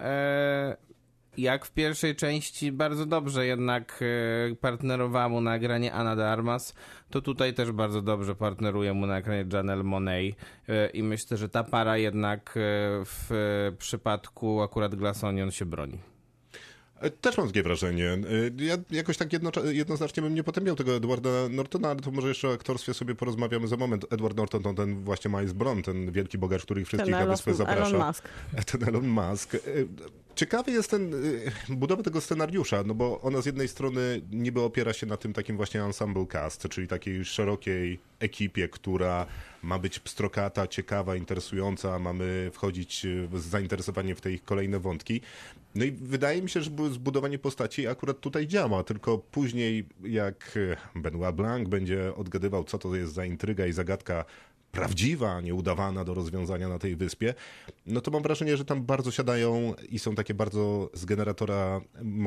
jak w pierwszej części bardzo dobrze jednak partnerowała mu na ekranie Ana de Armas, to tutaj też bardzo dobrze partneruje mu na ekranie Janelle Monáe i myślę, że ta para jednak w przypadku akurat Glass Onion się broni. Też mam takie wrażenie. Ja jakoś tak jednoznacznie bym nie potępiał tego Edwarda Nortona, ale to może jeszcze o aktorstwie sobie porozmawiamy za moment. Edward Norton to ten właśnie Miles Brown, ten wielki bogacz, który ich wszystkich na wyspę zaprasza. Elon Musk. Ten Elon Musk. Ciekawy jest budowa tego scenariusza, no bo ona z jednej strony niby opiera się na tym takim właśnie ensemble cast, czyli takiej szerokiej ekipie, która ma być pstrokata, ciekawa, interesująca, mamy wchodzić z zainteresowaniem w te ich kolejne wątki. No i wydaje mi się, że zbudowanie postaci akurat tutaj działa, tylko później jak Benoit Blanc będzie odgadywał, co to jest za intryga i zagadka prawdziwa, nieudawana do rozwiązania na tej wyspie, no to mam wrażenie, że tam bardzo siadają i są takie bardzo z generatora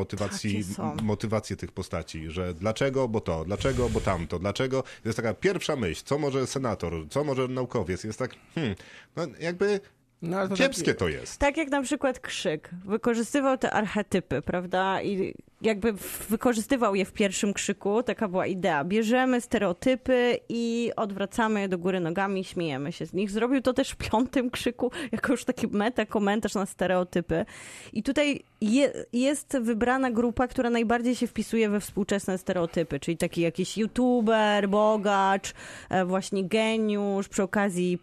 motywacje tych postaci, że dlaczego, bo to, dlaczego, bo tamto, dlaczego. To jest taka pierwsza myśl, co może senator, co może naukowiec. Jest tak, no jakby No, ale to kiepskie to jest. Tak jak na przykład Krzyk wykorzystywał te archetypy, prawda? I jakby wykorzystywał je w pierwszym Krzyku, taka była idea. Bierzemy stereotypy i odwracamy je do góry nogami, śmiejemy się z nich. Zrobił to też w piątym Krzyku, jako już taki komentarz na stereotypy. I tutaj jest wybrana grupa, która najbardziej się wpisuje we współczesne stereotypy, czyli taki jakiś youtuber, bogacz, właśnie geniusz, przy okazji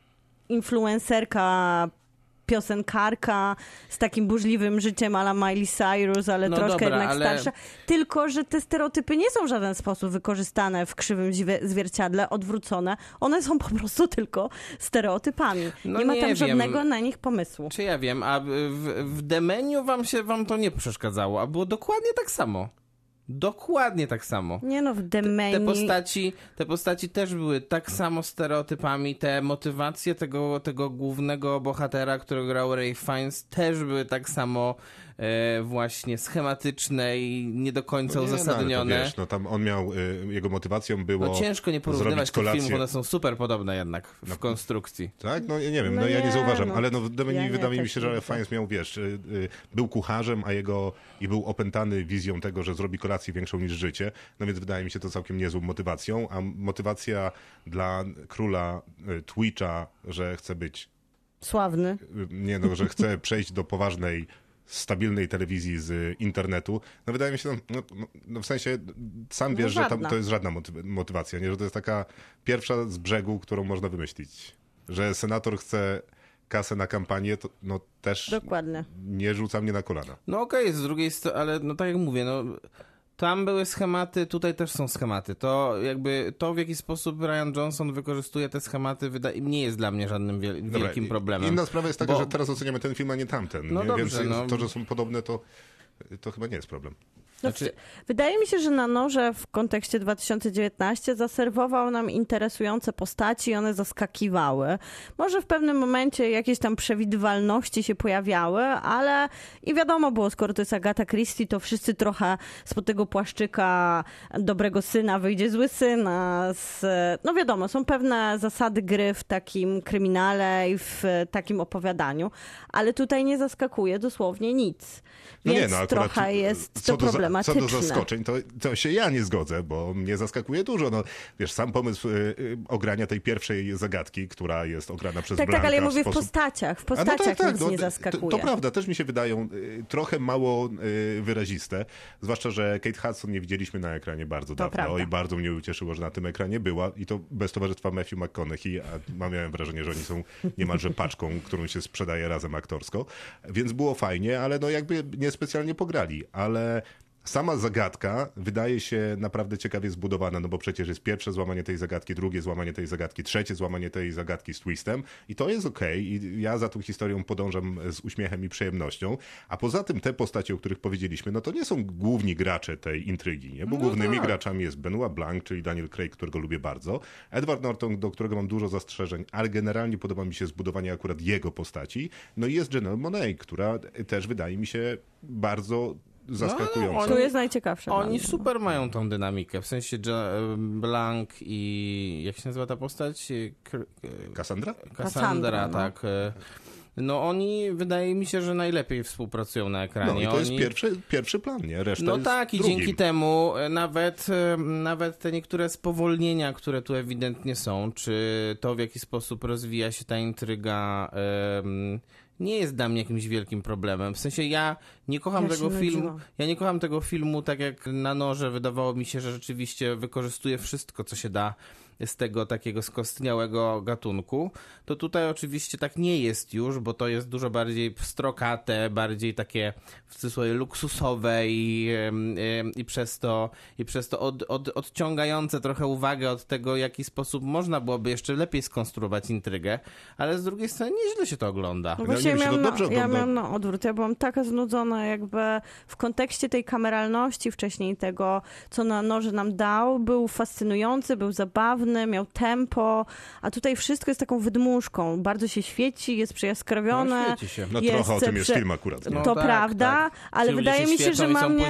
influencerka, piosenkarka z takim burzliwym życiem a la Miley Cyrus, ale No troszkę dobra, jednak starsza. Tylko, że te stereotypy nie są w żaden sposób wykorzystane w krzywym zwierciadle, odwrócone. One są po prostu tylko stereotypami. No nie ma nie tam wiem. żadnego na nich pomysłu. Czy ja wiem, a w Demeniu wam to nie przeszkadzało, a było dokładnie tak samo. Dokładnie tak samo. Nie no, w Demeni... Te postaci też były tak samo stereotypami, te motywacje tego głównego bohatera, którego grał Ralph Fiennes, też były tak samo właśnie schematyczne i nie do końca uzasadnione. No, ale to wiesz, no tam on miał, jego motywacją było no ciężko nie porównywać tych filmów, one są super podobne jednak w konstrukcji. Tak? No ja nie wiem, No ja nie nie, zauważam, no. ale no w Demeni Ja wydaje mi też się, nie że widzę. Fiennes miał, wiesz, był kucharzem, i był opętany wizją tego, że zrobi kolację większą niż życie, no więc wydaje mi się to całkiem niezłą motywacją, a motywacja dla króla Twitcha, że chce być Sławny. że chce przejść do poważnej, stabilnej telewizji z internetu, no wydaje mi się, no w sensie sam wiesz, że tam żadna. to jest żadna motywacja, nie? Że to jest taka pierwsza z brzegu, którą można wymyślić. Że senator chce kasę na kampanię, to no też Dokładnie. nie rzuca mnie na kolana. No okej, z drugiej strony, ale no tak jak mówię, no tam były schematy, tutaj też są schematy. To jakby to, w jaki sposób Rian Johnson wykorzystuje te schematy, nie jest dla mnie żadnym wielkim problemem. Inna sprawa jest taka, że teraz oceniamy ten film, a nie tamten. No nie? dobrze, Więc no. to, że są podobne, to chyba nie jest problem. Znaczy, Wydaje mi się, że na noże w kontekście 2019 zaserwował nam interesujące postaci i one zaskakiwały. Może w pewnym momencie jakieś tam przewidywalności się pojawiały, ale i wiadomo było, skoro to jest Agatha Christie, to wszyscy trochę spod tego płaszczyka dobrego syna wyjdzie zły syn, no wiadomo, są pewne zasady gry w takim kryminale i w takim opowiadaniu, ale tutaj nie zaskakuje dosłownie nic. Więc trochę jest to problematyczne. Co do zaskoczeń, to się ja nie zgodzę, bo mnie zaskakuje dużo. No, wiesz, sam pomysł ogrania tej pierwszej zagadki, która jest ograna przez Blanca. Tak, ale ja mówię w postaciach. W postaciach nic nie zaskakuje. To prawda, też mi się wydają trochę mało wyraziste. Zwłaszcza, że Kate Hudson nie widzieliśmy na ekranie bardzo dawno prawda. i bardzo mnie ucieszyło, że na tym ekranie była i to bez towarzystwa Matthew McConaughey, a miałem wrażenie, że oni są niemalże paczką, którą się sprzedaje razem aktorsko. Więc było fajnie, ale no jakby niespecjalnie pograli, ale sama zagadka wydaje się naprawdę ciekawie zbudowana, no bo przecież jest pierwsze złamanie tej zagadki, drugie złamanie tej zagadki, trzecie złamanie tej zagadki z twistem i to jest okej. I ja za tą historią podążam z uśmiechem i przyjemnością, a poza tym te postacie, o których powiedzieliśmy, no to nie są główni gracze tej intrygi, nie? Bo głównymi graczami jest Benoit Blanc, czyli Daniel Craig, którego lubię bardzo, Edward Norton, do którego mam dużo zastrzeżeń, ale generalnie podoba mi się zbudowanie akurat jego postaci, no i jest Janelle Monáe, która też wydaje mi się bardzo zaskakująca. To jest najciekawsze. Oni super mają tą dynamikę, w sensie Blanc i jak się nazywa ta postać? Cassandra? Cassandra, no. tak. No oni, wydaje mi się, że najlepiej współpracują na ekranie. No i to jest pierwszy plan, nie? Reszta No jest tak, i drugim. dzięki temu nawet te niektóre spowolnienia, które tu ewidentnie są, czy to, w jaki sposób rozwija się ta intryga, nie jest dla mnie jakimś wielkim problemem. W sensie ja nie kocham tego filmu tak jak na noże. Wydawało mi się, że rzeczywiście wykorzystuje wszystko, co się da z tego takiego skostniałego gatunku. To tutaj oczywiście tak nie jest już, bo to jest dużo bardziej pstrokate, bardziej takie w cudzysłowie luksusowe i przez to odciągające trochę uwagę od tego, w jaki sposób można byłoby jeszcze lepiej skonstruować intrygę, ale z drugiej strony nieźle się to ogląda. No właśnie ja miałam na odwrót. Ja byłam taka znudzona jakby w kontekście tej kameralności wcześniej tego, co na noże nam dał. Był fascynujący, był zabawny, miał tempo, a tutaj wszystko jest taką wydmuszką. Bardzo się świeci, jest przejaskrawione. No, świeci się. No trochę o tym jest film akurat. No, to tak, prawda, tak. ale Ci wydaje mi się, że ma mnie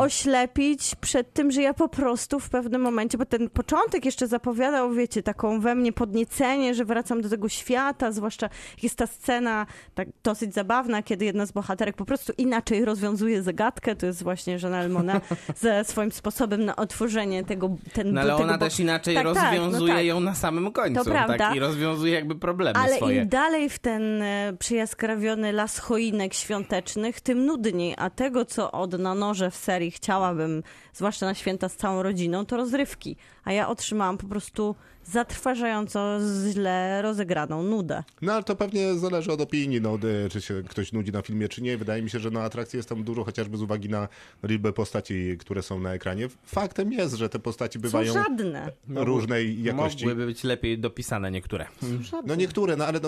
oślepić przed tym, że ja po prostu w pewnym momencie, bo ten początek jeszcze zapowiadał, wiecie, taką we mnie podniecenie, że wracam do tego świata, zwłaszcza jest ta scena tak dosyć zabawna, kiedy jedna z bohaterek po prostu inaczej rozwiązuje zagadkę. To jest właśnie Janelle Monáe ze swoim sposobem na otworzenie tego... ale ona też inaczej rozwiązuje ją na samym końcu. To prawda. Tak, i rozwiązuje jakby problemy swoje. Ale im dalej w ten przyjaskrawiony las choinek świątecznych, tym nudniej. A tego, co od na noże w serii chciałabym, zwłaszcza na święta z całą rodziną, to rozrywki. A ja otrzymałam po prostu zatrważająco źle rozegraną nudę. No ale to pewnie zależy od opinii, czy się ktoś nudzi na filmie, czy nie. Wydaje mi się, że atrakcji jest tam dużo, chociażby z uwagi na liczbę postaci, które są na ekranie. Faktem jest, że te postaci bywają żadne. Różnej jakości. Mogłyby być lepiej dopisane niektóre. No niektóre, ale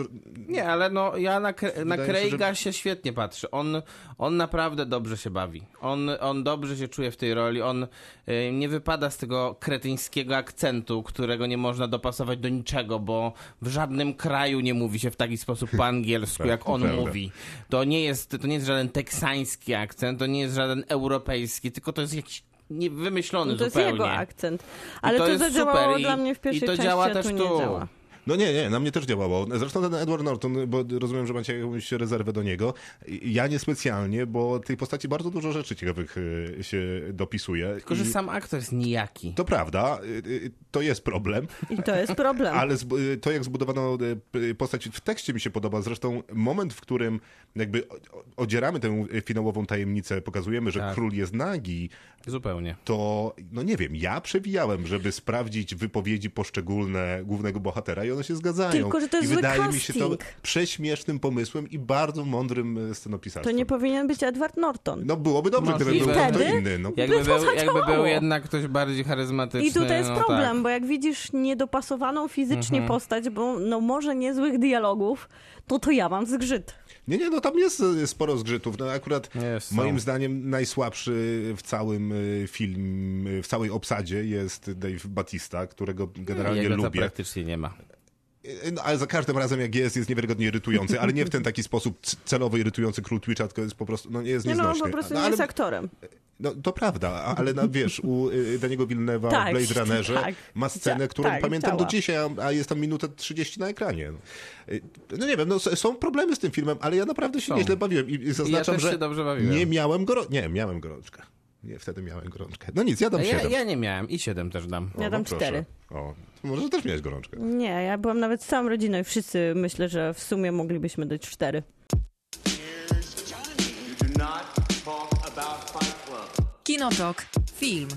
nie, ale ja na Craiga się świetnie patrzy. On naprawdę dobrze się bawi. On dobrze się czuje w tej roli. On nie wypada z tego kretyńskiego akcentu, którego nie można dopasować do niczego, bo w żadnym kraju nie mówi się w taki sposób po angielsku, jak on mówi. To nie jest żaden teksański akcent, to nie jest żaden europejski, tylko to jest jakiś wymyślony zupełnie. To jest jego akcent. Ale to zadziałało dla mnie w pierwszej części, działa też tu nie działa. No nie, na mnie też działało. Zresztą ten Edward Norton, bo rozumiem, że macie jakąś rezerwę do niego. Ja niespecjalnie, bo tej postaci bardzo dużo rzeczy ciekawych się dopisuje. Tylko, że sam aktor jest nijaki. To prawda, to jest problem. I to jest problem. Ale to, jak zbudowano postać w tekście, mi się podoba. Zresztą moment, w którym jakby odzieramy tę finałową tajemnicę, pokazujemy, że król jest nagi. Zupełnie. To, no nie wiem, ja przewijałem, żeby sprawdzić wypowiedzi poszczególne głównego bohatera i one się zgadzają. Tylko, że to jest I wydaje casting. mi się to prześmiesznym pomysłem i bardzo mądrym scenopisarstwem. To nie powinien być Edward Norton. No byłoby dobrze, gdyby był kto inny. No. Jakby był jednak ktoś bardziej charyzmatyczny. I tutaj jest problem, bo jak widzisz niedopasowaną fizycznie postać, bo może niezłych dialogów, to ja mam zgrzyt. Nie, no tam jest sporo zgrzytów. No akurat moim zdaniem najsłabszy w całym filmie, w całej obsadzie jest Dave Bautista, którego generalnie jego lubię. To praktycznie nie ma. No, ale za każdym razem jak jest niewiarygodnie irytujący, ale nie w ten taki sposób celowo irytujący król Twitcha, tylko jest po prostu, nie jest nieznośny. No po prostu nie jest aktorem. No to prawda, ale wiesz, u Daniego Villeneuve'a w Blade Runnerze ma scenę, którą pamiętam do dzisiaj, a jest tam minutę 30 na ekranie. No nie wiem, są problemy z tym filmem, ale ja naprawdę się nieźle bawiłem i zaznaczam, że nie miałem miałem gorączkę. Nie, wtedy miałem gorączkę. No nic, ja dam 7. Ja nie miałem i 7 też dam. Ja dam 4. O, może też miałeś gorączkę. Nie, ja byłam nawet z całą rodziną i wszyscy myślę, że w sumie moglibyśmy dać 4. Kinotok. Film.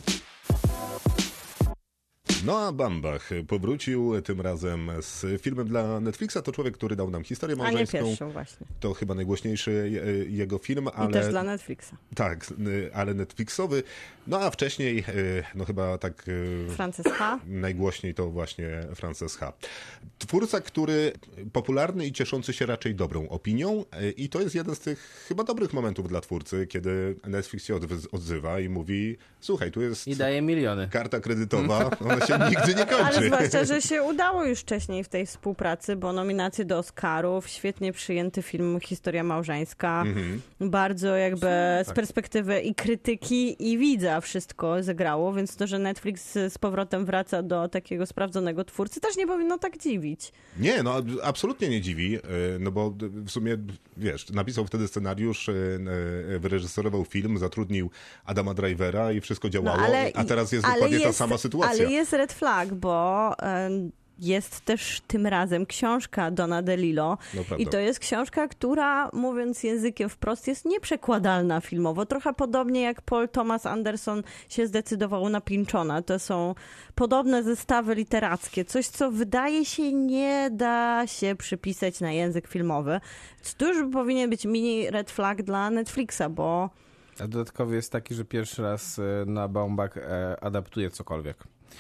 Noah Baumbach powrócił tym razem z filmem dla Netflixa. To człowiek, który dał nam historię małżeńską. A nie pierwszą właśnie. To chyba najgłośniejszy jego film. Ale... I też dla Netflixa. Tak, ale Netflixowy. No a wcześniej, chyba tak... Frances H. Najgłośniej to właśnie Frances H. Twórca, który popularny i cieszący się raczej dobrą opinią. I to jest jeden z tych chyba dobrych momentów dla twórcy, kiedy Netflix się odzywa i mówi: słuchaj, tu jest... I daje miliony. Karta kredytowa, ona się nigdy nie kończy. Ale zwłaszcza, że się udało już wcześniej w tej współpracy, bo nominacje do Oscarów, świetnie przyjęty film Historia małżeńska, bardzo jakby z perspektywy i krytyki i widza wszystko zagrało, więc to, że Netflix z powrotem wraca do takiego sprawdzonego twórcy, też nie powinno tak dziwić. Nie, no absolutnie nie dziwi, no bo w sumie, wiesz, napisał wtedy scenariusz, wyreżyserował film, zatrudnił Adama Drivera i wszystko działało, a teraz jest dokładnie ta sama sytuacja. Ale jest red flag, bo jest też tym razem książka Donna DeLillo i to jest książka, która, mówiąc językiem wprost, jest nieprzekładalna filmowo. Trochę podobnie jak Paul Thomas Anderson się zdecydował na Pinchona. To są podobne zestawy literackie. Coś, co wydaje się nie da się przypisać na język filmowy. To już powinien być mini red flag dla Netflixa, bo... A dodatkowy jest taki, że pierwszy raz na Baumbach adaptuje cokolwiek.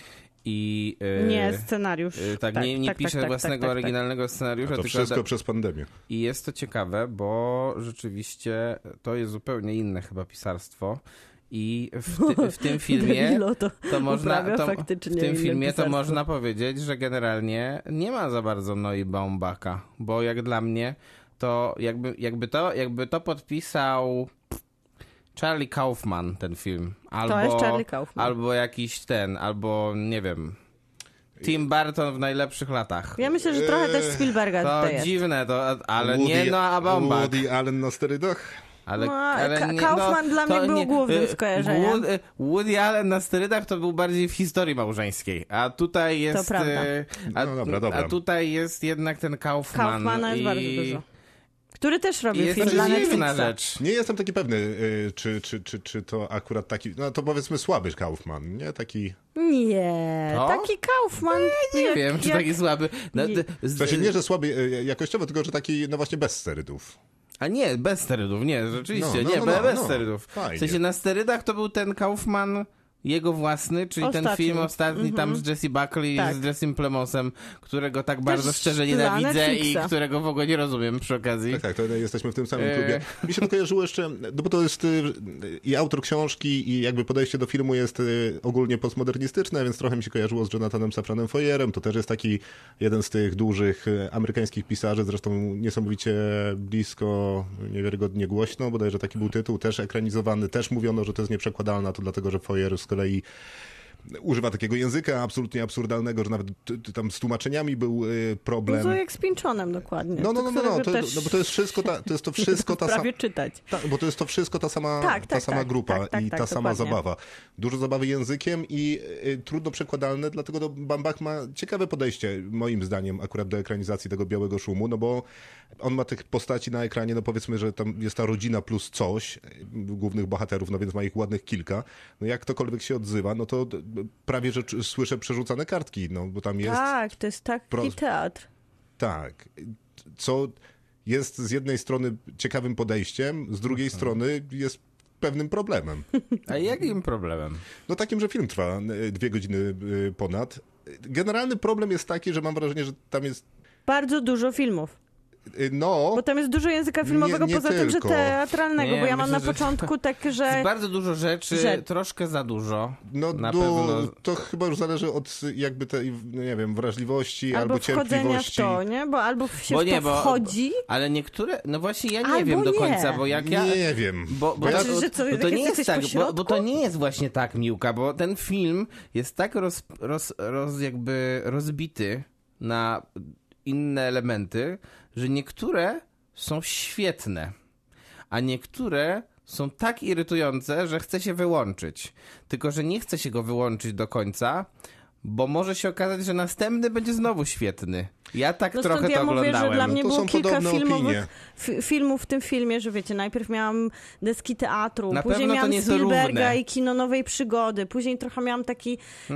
I, nie, scenariusz. Nie pisze własnego oryginalnego scenariusza. A to tylko wszystko przez pandemię. I jest to ciekawe, bo rzeczywiście to jest zupełnie inne chyba pisarstwo. I w tym filmie to można w tym filmie to można powiedzieć, że generalnie nie ma za bardzo Noah Baumbacha, bo jak dla mnie to jakby to podpisał Charlie Kaufman, ten film. To jest Charlie Kaufman. Albo jakiś albo nie wiem, Tim Burton w najlepszych latach. Ja myślę, że trochę też Spielberga to tutaj jest. Dziwne, ale nie Noah Baumbach. Woody Allen na sterydach? Kaufman dla mnie był głównym skojarzeniem. Woody Allen na sterydach to był bardziej w historii małżeńskiej, a tutaj jest... To prawda. Dobra. A tutaj jest jednak ten Kaufman. Kaufmana jest bardzo dużo. Który też robi jest film dla dziwna rzecz. Nie jestem taki pewny, czy to akurat taki, no to powiedzmy słaby Kaufman, nie? Taki... Nie, to? taki Kaufman. Nie wiem, czy taki słaby. W sensie nie, że słaby jakościowo, tylko że taki, no właśnie bez sterydów. A nie, bez sterydów, nie, rzeczywiście, bez sterydów. Fajnie. W sensie na sterydach to był ten Kaufman, jego własny, czyli ten film ostatni tam z Jessie Buckley i z Jessim Plemonsem, którego tak bardzo szczerze nienawidzę i którego w ogóle nie rozumiem przy okazji. Tak, to jesteśmy w tym samym klubie. Mi się to kojarzyło jeszcze, no bo to jest i autor książki i jakby podejście do filmu jest ogólnie postmodernistyczne, więc trochę mi się kojarzyło z Jonathanem Safranem Foerem. To też jest taki jeden z tych dużych amerykańskich pisarzy, zresztą niesamowicie blisko, niewiarygodnie głośno, bodajże taki był tytuł, też ekranizowany, też mówiono, że to jest nieprzekładalne, to dlatego, że Foer z kolei używa takiego języka absolutnie absurdalnego, że nawet tam z tłumaczeniami był problem. No jak z Pinchonem dokładnie. No, bo to jest wszystko to wszystko ta sama... prawie czytać. Bo to jest to wszystko ta sama grupa i ta sama zabawa. Dużo zabawy językiem i trudno przekładalne, dlatego to Baumbach ma ciekawe podejście, moim zdaniem, akurat do ekranizacji tego Białego Szumu, no bo on ma tych postaci na ekranie, no powiedzmy, że tam jest ta rodzina plus coś, głównych bohaterów, no więc ma ich ładnych kilka. No jak ktokolwiek się odzywa, no to prawie, że słyszę przerzucane kartki, no bo tam jest... Tak, to jest taki teatr. Tak, co jest z jednej strony ciekawym podejściem, z drugiej strony jest pewnym problemem. A jakim problemem? No takim, że film trwa 2 godziny ponad. Generalny problem jest taki, że mam wrażenie, że tam jest... Bardzo dużo filmów. No, bo tam jest dużo języka filmowego, nie poza tylko. tym, że teatralnego, bo ja mam na początku tak, że... Jest bardzo dużo rzeczy, troszkę za dużo. No na pewno. To chyba już zależy od jakby tej, nie wiem, wrażliwości albo cierpliwości. W to, nie? Bo albo się w to wchodzi. Ale niektóre, no właśnie ja nie wiem do końca, bo jak ja... Nie wiem. Bo to nie jest tak, bo to nie jest właśnie tak, Miłka, bo ten film jest tak jakby rozbity na inne elementy, że niektóre są świetne, a niektóre są tak irytujące, że chce się wyłączyć. Tylko że nie chce się go wyłączyć do końca, bo może się okazać, że następny będzie znowu świetny. Ja tak trochę to oglądałem. Mówię, że dla mnie to było są kilka filmów w tym filmie, że wiecie, najpierw miałam deski teatru, później miałam Spielberga i kino nowej przygody, później trochę miałam taki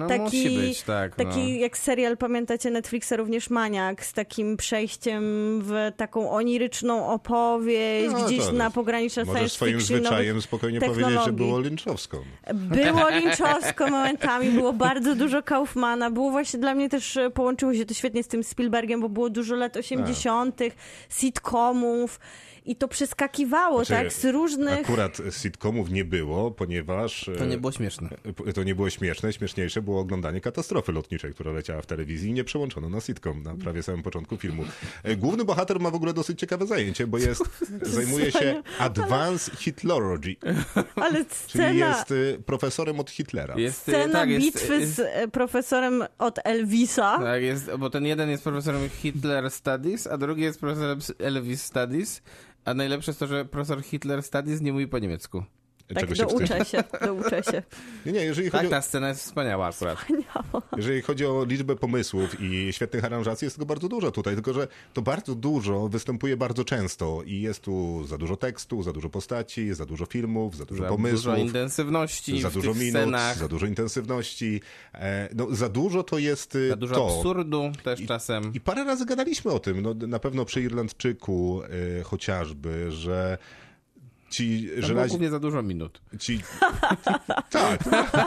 jak serial, pamiętacie, Netflixa również Maniak, z takim przejściem w taką oniryczną opowieść, gdzieś na pograniczu science fiction. Możesz swoim zwyczajem spokojnie powiedzieć, że było lynchowską. Było lynchowsko momentami, było bardzo dużo Kaufmana, było właśnie dla mnie też, połączyło się to świetnie z tym Spielbergiem, bo było dużo lat 80., sitcomów i to przeskakiwało, tak, z różnych... Akurat sitcomów nie było, ponieważ... To nie było śmieszne. To nie było śmieszne. Śmieszniejsze było oglądanie katastrofy lotniczej, która leciała w telewizji i nie przełączono na sitcom na prawie samym początku filmu. Główny bohater ma w ogóle dosyć ciekawe zajęcie, bo zajmuje się Advanced Hitlerology. Ale scena... Czyli jest profesorem od Hitlera. Scena bitwy z profesorem od Elvisa. Tak, bo ten jeden jest profesorem Hitler Studies, a drugi jest profesorem Elvis Studies. A najlepsze jest to, że profesor Hitler Studies nie mówi po niemiecku. Tak, czego się wstydzi. douczę się. Nie, jeżeli chodzi Tak, ta scena jest wspaniała akurat. Jeżeli chodzi o liczbę pomysłów i świetnych aranżacji, jest tego bardzo dużo tutaj, tylko że to bardzo dużo występuje bardzo często i jest tu za dużo tekstu, za dużo postaci, za dużo filmów, za dużo pomysłów. Za dużo intensywności za w dużo tych minut, scenach. za dużo intensywności. No, za dużo to jest Za dużo to. absurdu też czasem. I parę razy gadaliśmy o tym, no, na pewno przy Irlandczyku chociażby, że ci Było żelaźni... głównie za dużo minut. Tak,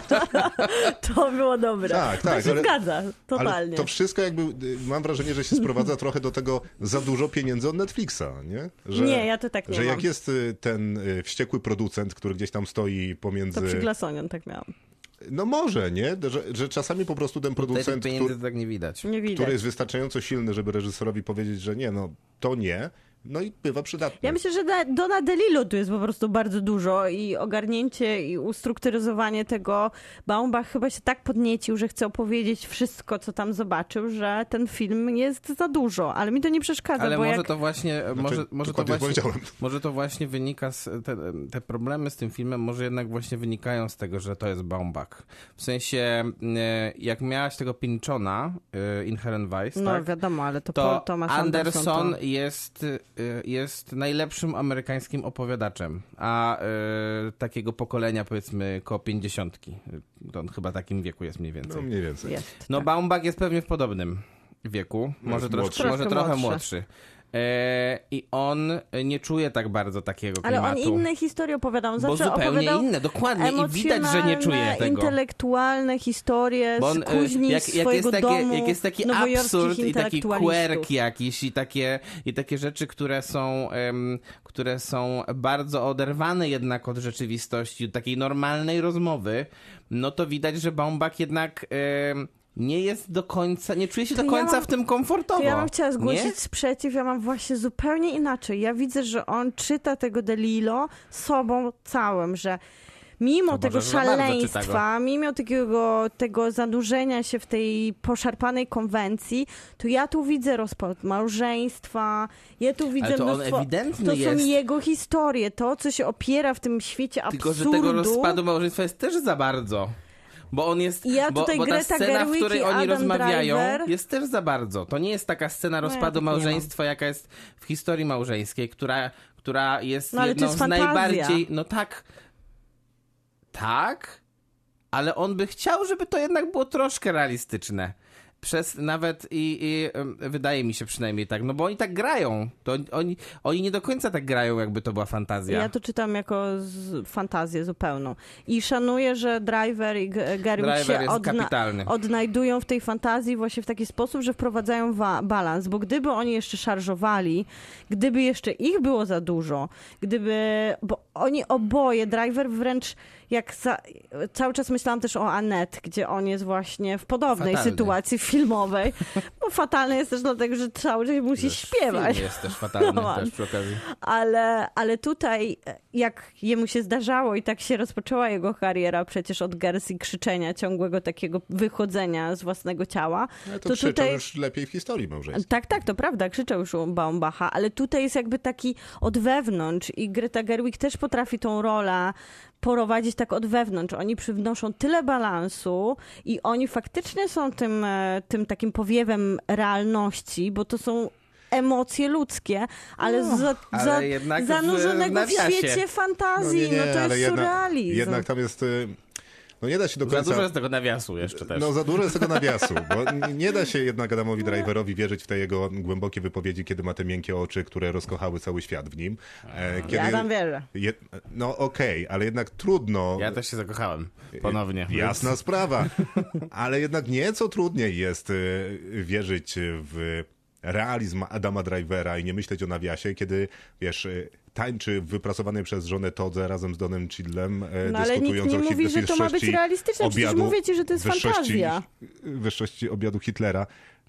To było dobre. Tak, To się ale- zgadza, totalnie. ale to wszystko jakby, mam wrażenie, że się sprowadza trochę do tego za dużo pieniędzy od Netflixa, nie? Że, Nie, ja to tak nie Że mam. jak jest ten wściekły producent, który gdzieś tam stoi pomiędzy... To przy Glassonian tak miałam. No może, nie? Że czasami po prostu ten Tutaj tych producent, pieniędzy tak nie widać. Nie widać. który jest wystarczająco silny, żeby reżyserowi powiedzieć, że nie, no to nie, no i bywa przydatny. Ja myślę, że Donna DeLillo tu jest po prostu bardzo dużo i ogarnięcie i ustrukturyzowanie tego. Baumbach chyba się tak podniecił, że chce opowiedzieć wszystko, co tam zobaczył, że ten film jest za dużo, ale mi to nie przeszkadza, Ale bo może jak... to właśnie, może to właśnie wynika te problemy z tym filmem może jednak właśnie wynikają z tego, że to jest Baumbach. W sensie, jak miałaś tego Pinchona, Inherent Vice, No tak? wiadomo, ale to To Paul Thomas Anderson to... jest najlepszym amerykańskim opowiadaczem, a takiego pokolenia powiedzmy koło 50. To on chyba takim wieku jest mniej więcej. No mniej więcej. Jest, No tak. Baumbach jest pewnie w podobnym wieku, może trochę młodszy. I on nie czuje tak bardzo takiego Ale klimatu. on inne historie opowiadał. On Bo zawsze zupełnie opowiadał inne, dokładnie. I widać, że nie czuje tego. intelektualne historie Bo z on, kuźni swojego domu, jak jest taki nowojorskich absurd i taki intelektualistów. quirk jakiś i takie rzeczy, które są bardzo oderwane jednak od rzeczywistości, od takiej normalnej rozmowy, no to widać, że Baumbach jednak... nie jest do końca, nie czuje się do końca w tym komfortowo. To ja bym chciała zgłosić nie? sprzeciw, ja mam właśnie zupełnie inaczej. Ja widzę, że on czyta tego DeLillo sobą całym, że mimo To tego może za bardzo czyta szaleństwa, mimo tego zanurzenia się w tej poszarpanej konwencji, to ja tu widzę rozpad małżeństwa, ja tu widzę Ale to on mnóstwo... ewidentny To są jest. jego historie, to co się opiera w tym świecie Tylko, absurdu. że tego rozpadu małżeństwa jest też za bardzo. Bo on jest. I ja tutaj bo ta Greta scena, w Gerwig której i oni Adam rozmawiają, Driver. jest też za bardzo. To nie jest taka scena ja rozpadu tak nie małżeństwa, jaka jest w historii małżeńskiej, która jest No, ale to jedną jest z fantazja. najbardziej. No tak. Tak, ale on by chciał, żeby to jednak było troszkę realistyczne. Przez nawet wydaje mi się przynajmniej tak, no bo oni tak grają. To oni nie do końca tak grają, jakby to była fantazja. Ja to czytam jako fantazję zupełną. I szanuję, że Driver i Gerwig się jest kapitalny. odnajdują w tej fantazji właśnie w taki sposób, że wprowadzają balans, bo gdyby oni jeszcze szarżowali, gdyby jeszcze ich było za dużo, bo oni oboje, Driver wręcz cały czas myślałam też o Annette, gdzie on jest właśnie w podobnej Fatalny. sytuacji filmowej, bo fatalny jest też dlatego, że cały czas musi śpiewać. Film jest też fatalny No, też przy okazji. Ale tutaj, jak jemu się zdarzało i tak się rozpoczęła jego kariera przecież od Girls i krzyczenia, ciągłego takiego wychodzenia z własnego ciała. Ale to krzyczą tutaj... już lepiej w historii małżeństwa. Tak, to prawda, krzyczał już u Baumbacha, ale tutaj jest jakby taki od wewnątrz i Greta Gerwig też potrafi tą rolę prowadzić tak od wewnątrz. Oni przywnoszą tyle balansu i oni faktycznie są tym takim powiewem realności, bo to są emocje ludzkie, ale jednak zanurzonego w świecie fantazji. No to jest surrealizm. Jednak tam jest... No nie da się do końca... Za dużo jest tego nawiasu jeszcze też. No za dużo jest tego nawiasu, bo nie da się jednak Adamowi Driverowi wierzyć w te jego głębokie wypowiedzi, kiedy ma te miękkie oczy, które rozkochały cały świat w nim. Ja tam wierzę. No okej, ale jednak trudno... Ja też się zakochałem ponownie. Jasna sprawa. Ale jednak nieco trudniej jest wierzyć w realizm Adama Drivera i nie myśleć o nawiasie, kiedy, wiesz, tańczy w wypracowanej przez żonę Todze razem z Donem Cheadlem, no ale nikt nie mówi, że to ma być realistyczne. Przecież mówię ci, że to jest fantazja. Wyższości obiadu Hitlera.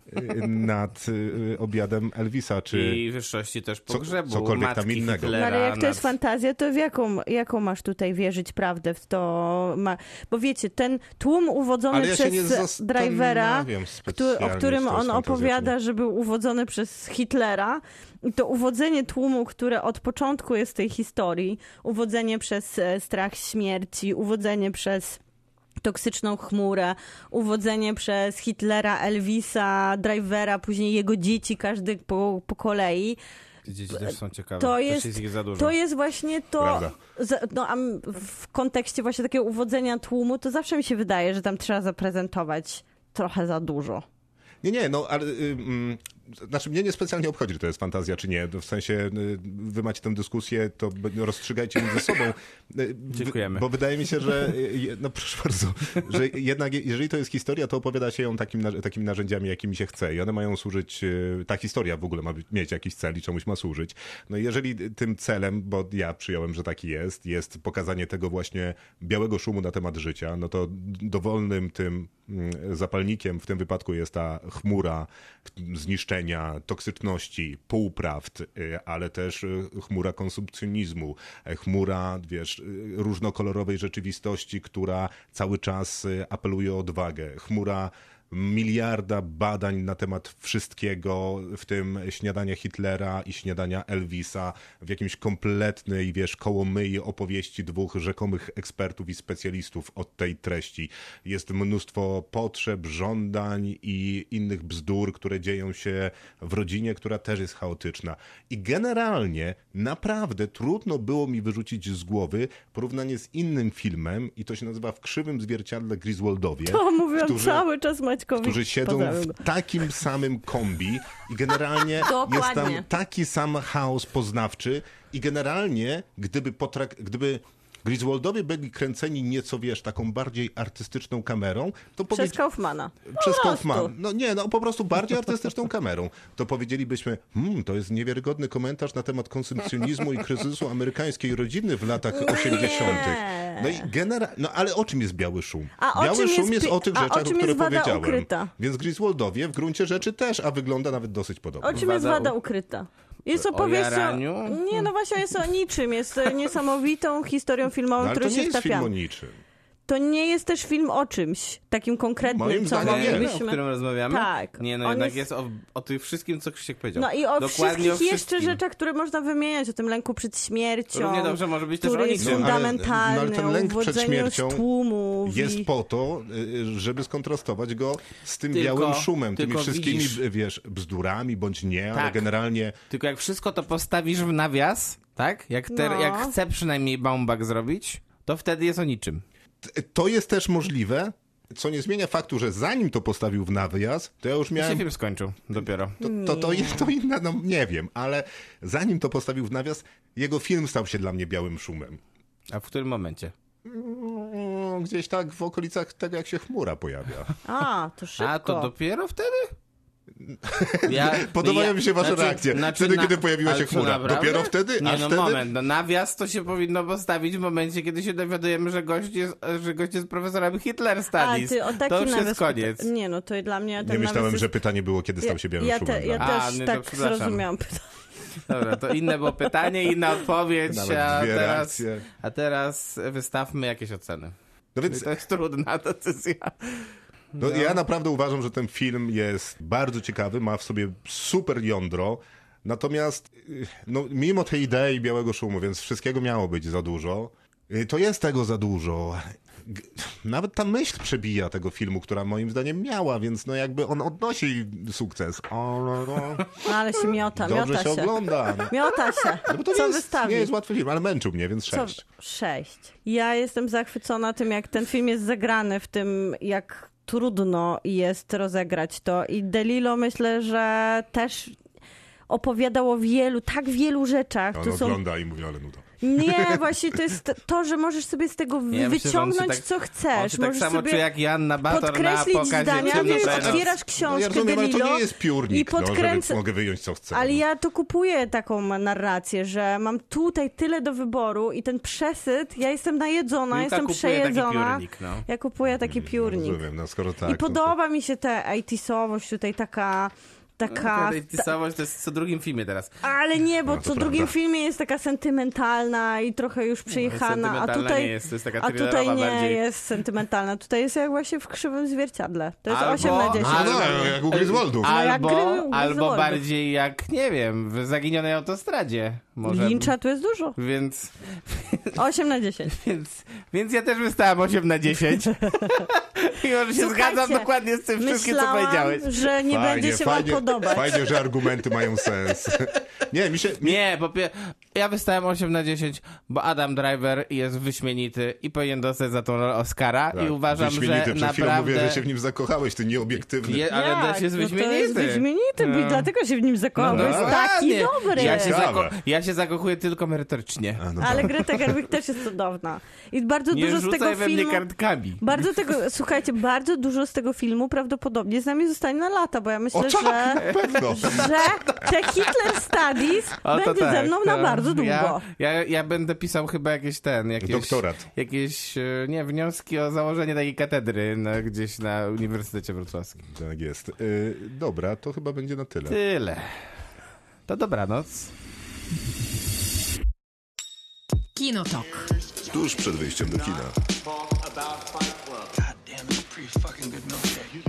nad obiadem Elvisa, czy I wyższości też pogrzebu cokolwiek tam matki innego. Hitlera. Ale jak to jest fantazja, to w jaką masz tutaj wierzyć prawdę w to? Bo wiecie, ten tłum uwodzony przez Drivera, o którym on opowiada, że był uwodzony przez Hitlera, i to uwodzenie tłumu, które od początku jest w tej historii, uwodzenie przez strach śmierci, uwodzenie przez toksyczną chmurę, uwodzenie przez Hitlera, Elvisa, Drivera, później jego dzieci, każdy po kolei. Dzieci też są ciekawe. To jest jest, za dużo. to jest właśnie to, a w kontekście właśnie takiego uwodzenia tłumu, to zawsze mi się wydaje, że tam trzeba zaprezentować trochę za dużo. Nie, no ale znaczy mnie niespecjalnie obchodzi, czy to jest fantazja, czy nie. W sensie wy macie tę dyskusję, to rozstrzygajcie między sobą. Dziękujemy. Bo wydaje mi się, że no proszę bardzo, że jednak jeżeli to jest historia, to opowiada się ją takimi narzędziami, jakimi się chce. I one mają służyć, ta historia w ogóle ma mieć jakiś cel i czemuś ma służyć. No i jeżeli tym celem, bo ja przyjąłem, że taki jest pokazanie tego właśnie białego szumu na temat życia, no to dowolnym tym zapalnikiem w tym wypadku jest ta chmura zniszczenia, toksyczności, półprawd, ale też chmura konsumpcjonizmu, chmura, wiesz, różnokolorowej rzeczywistości, która cały czas apeluje o odwagę, chmura miliarda badań na temat wszystkiego, w tym śniadania Hitlera i śniadania Elvisa, w jakimś kompletnej, wiesz, kołomyi opowieści dwóch rzekomych ekspertów i specjalistów od tej treści. Jest mnóstwo potrzeb, żądań i innych bzdur, które dzieją się w rodzinie, która też jest chaotyczna. I generalnie naprawdę trudno było mi wyrzucić z głowy porównanie z innym filmem i to się nazywa W krzywym zwierciadle Griswoldowie. To mówią cały czas Maćkowi. Którzy siedzą w takim samym kombi i generalnie jest tam taki sam chaos poznawczy i generalnie gdyby Griswoldowie byli kręceni nieco, wiesz, taką bardziej artystyczną kamerą, to przez Kaufmana. Przez Kaufmana. No po prostu bardziej artystyczną kamerą. To powiedzielibyśmy, to jest niewiarygodny komentarz na temat konsumpcjonizmu i kryzysu amerykańskiej rodziny w latach 80. No i no ale o czym jest Biały Szum? Biały Szum jest o tych rzeczach, o które powiedziałem. Ukryta? Więc Griswoldowie w gruncie rzeczy też, a wygląda nawet dosyć podobnie. O czym jest wada ukryta? Jest opowieścią. Nie, no właśnie jest o niczym. Jest niesamowitą historią filmową, no, którą się wtapiamy. To nie jest film o niczym. To nie jest też film o czymś takim konkretnym, moim co moglibyśmy... O którym rozmawiamy? Tak. Nie, no jednak jest o tym wszystkim, co Krzysiek powiedział. No i o Dokładnie wszystkich jeszcze rzeczach, które można wymieniać, o tym lęku przed śmiercią. Równie dobrze może być też o który jest niczym. fundamentalny, ale ten lęk przed śmiercią tłumów jest po to, żeby skontrastować go z tym białym szumem, tymi wszystkimi, wiesz, bzdurami, bądź nie, ale generalnie... Tylko jak wszystko to postawisz w nawias, tak? Jak chce przynajmniej Baumbach zrobić, to wtedy jest o niczym. To jest też możliwe, co nie zmienia faktu, że zanim to postawił w nawias, to ja już miałem... To się film skończył dopiero. To inne, no nie wiem, ale zanim to postawił w nawias, jego film stał się dla mnie białym szumem. A w którym momencie? Gdzieś tak w okolicach tego, jak się chmura pojawia. To szybko. A to dopiero wtedy? Podobają mi się wasze reakcje. Wtedy, kiedy pojawiła się chmura. Naprawdę? Dopiero wtedy? Nie, wtedy? Moment. Nawias to się powinno postawić w momencie, kiedy się dowiadujemy, że gość jest profesorem Hitler Studies. To już jest koniec. Nie, no to dla mnie... Nie myślałem, że pytanie było, kiedy stał się białym szumem. Ja też tak zrozumiałam pytanie. Dobra, to inne było pytanie, inna odpowiedź, a teraz wystawmy jakieś oceny. No więc... To jest trudna decyzja. No, ja naprawdę uważam, że ten film jest bardzo ciekawy, ma w sobie super jądro, natomiast mimo tej idei białego szumu, więc wszystkiego miało być za dużo, to jest tego za dużo. Nawet ta myśl przebija tego filmu, która moim zdaniem miała, więc jakby on odnosi sukces. No ale się Dobrze się ogląda. Miota się. No bo to nie jest łatwy film, ale męczył mnie, więc 6. 6. Ja jestem zachwycona tym, jak ten film jest zagrany, w tym jak trudno jest rozegrać to. I DeLillo myślę, że też opowiadał o tak wielu rzeczach. On ogląda i mówi, ale nuda. Nie, właśnie to jest to, że możesz sobie z tego wyciągnąć, co chcesz. On się tak możesz samo sobie czuje jak Joanna Bator na podkreślić pokazie zdania, otwierasz książkę ja rozumiem, ale to Delilo nie jest piórnik, i że mogę wyjąć co chcę. Ale ja to kupuję taką narrację, że mam tutaj tyle do wyboru i ten przesyt, ja jestem najedzona, Piłka jestem kupuje przejedzona. taki piórnik, no. Ja kupuję taki piórnik. Rozumiem, skoro tak. I podoba mi się ta 80sowość tutaj taka... Tisowość to jest co drugim filmie teraz. Ale nie, bo to co drugim prawda. filmie jest taka sentymentalna i trochę już przejechana, a tutaj nie jest, to jest taka a tutaj thrillerowa nie bardziej. jest sentymentalna. Tutaj jest jak właśnie w Krzywym Zwierciadle. To jest Albo- 8 na 10. No, jak u Gryzwoldów. jak gry Albo Gryzwoldów. bardziej jak, nie wiem, w Zaginionej autostradzie. Może. Lincza tu jest dużo. Więc 8 na 10. Więc ja też wystałem 8 na 10. Mimo, że się Słuchajcie, zgadzam dokładnie z tym wszystkim, co myślałam, powiedziałeś. że nie będzie się wam podobać. Fajnie, że argumenty mają sens. Nie, Nie, ja wystałem 8 na 10, bo Adam Driver jest wyśmienity i powinien dostać za to Oscara i uważam, że Przed chwilą naprawdę... mówię, że się w nim zakochałeś, ty nieobiektywny. Ale też jest no to wyśmienity. jest wyśmienity, i dlatego się w nim zakochał, bo jest taki dokładnie. dobry. Ja się zakochuję tylko merytorycznie. Ale Greta Gerwig też jest cudowna. I bardzo Nie dużo z rzucaj tego we mnie filmu... kartkami. Słuchajcie, bardzo dużo z tego filmu prawdopodobnie z nami zostanie na lata, bo ja myślę, O, tak, na pewno. że te Hitler Studies będzie ze mną na bardzo długo. Ja będę pisał chyba jakieś Doktorat. Jakieś, wnioski o założenie takiej katedry gdzieś na Uniwersytecie Wrocławskim. Tak jest. Dobra, to chyba będzie na tyle. Tyle. To dobranoc. Kinotok. Tuż przed wyjściem do kina. God damn, it's a pretty fucking good milkshake.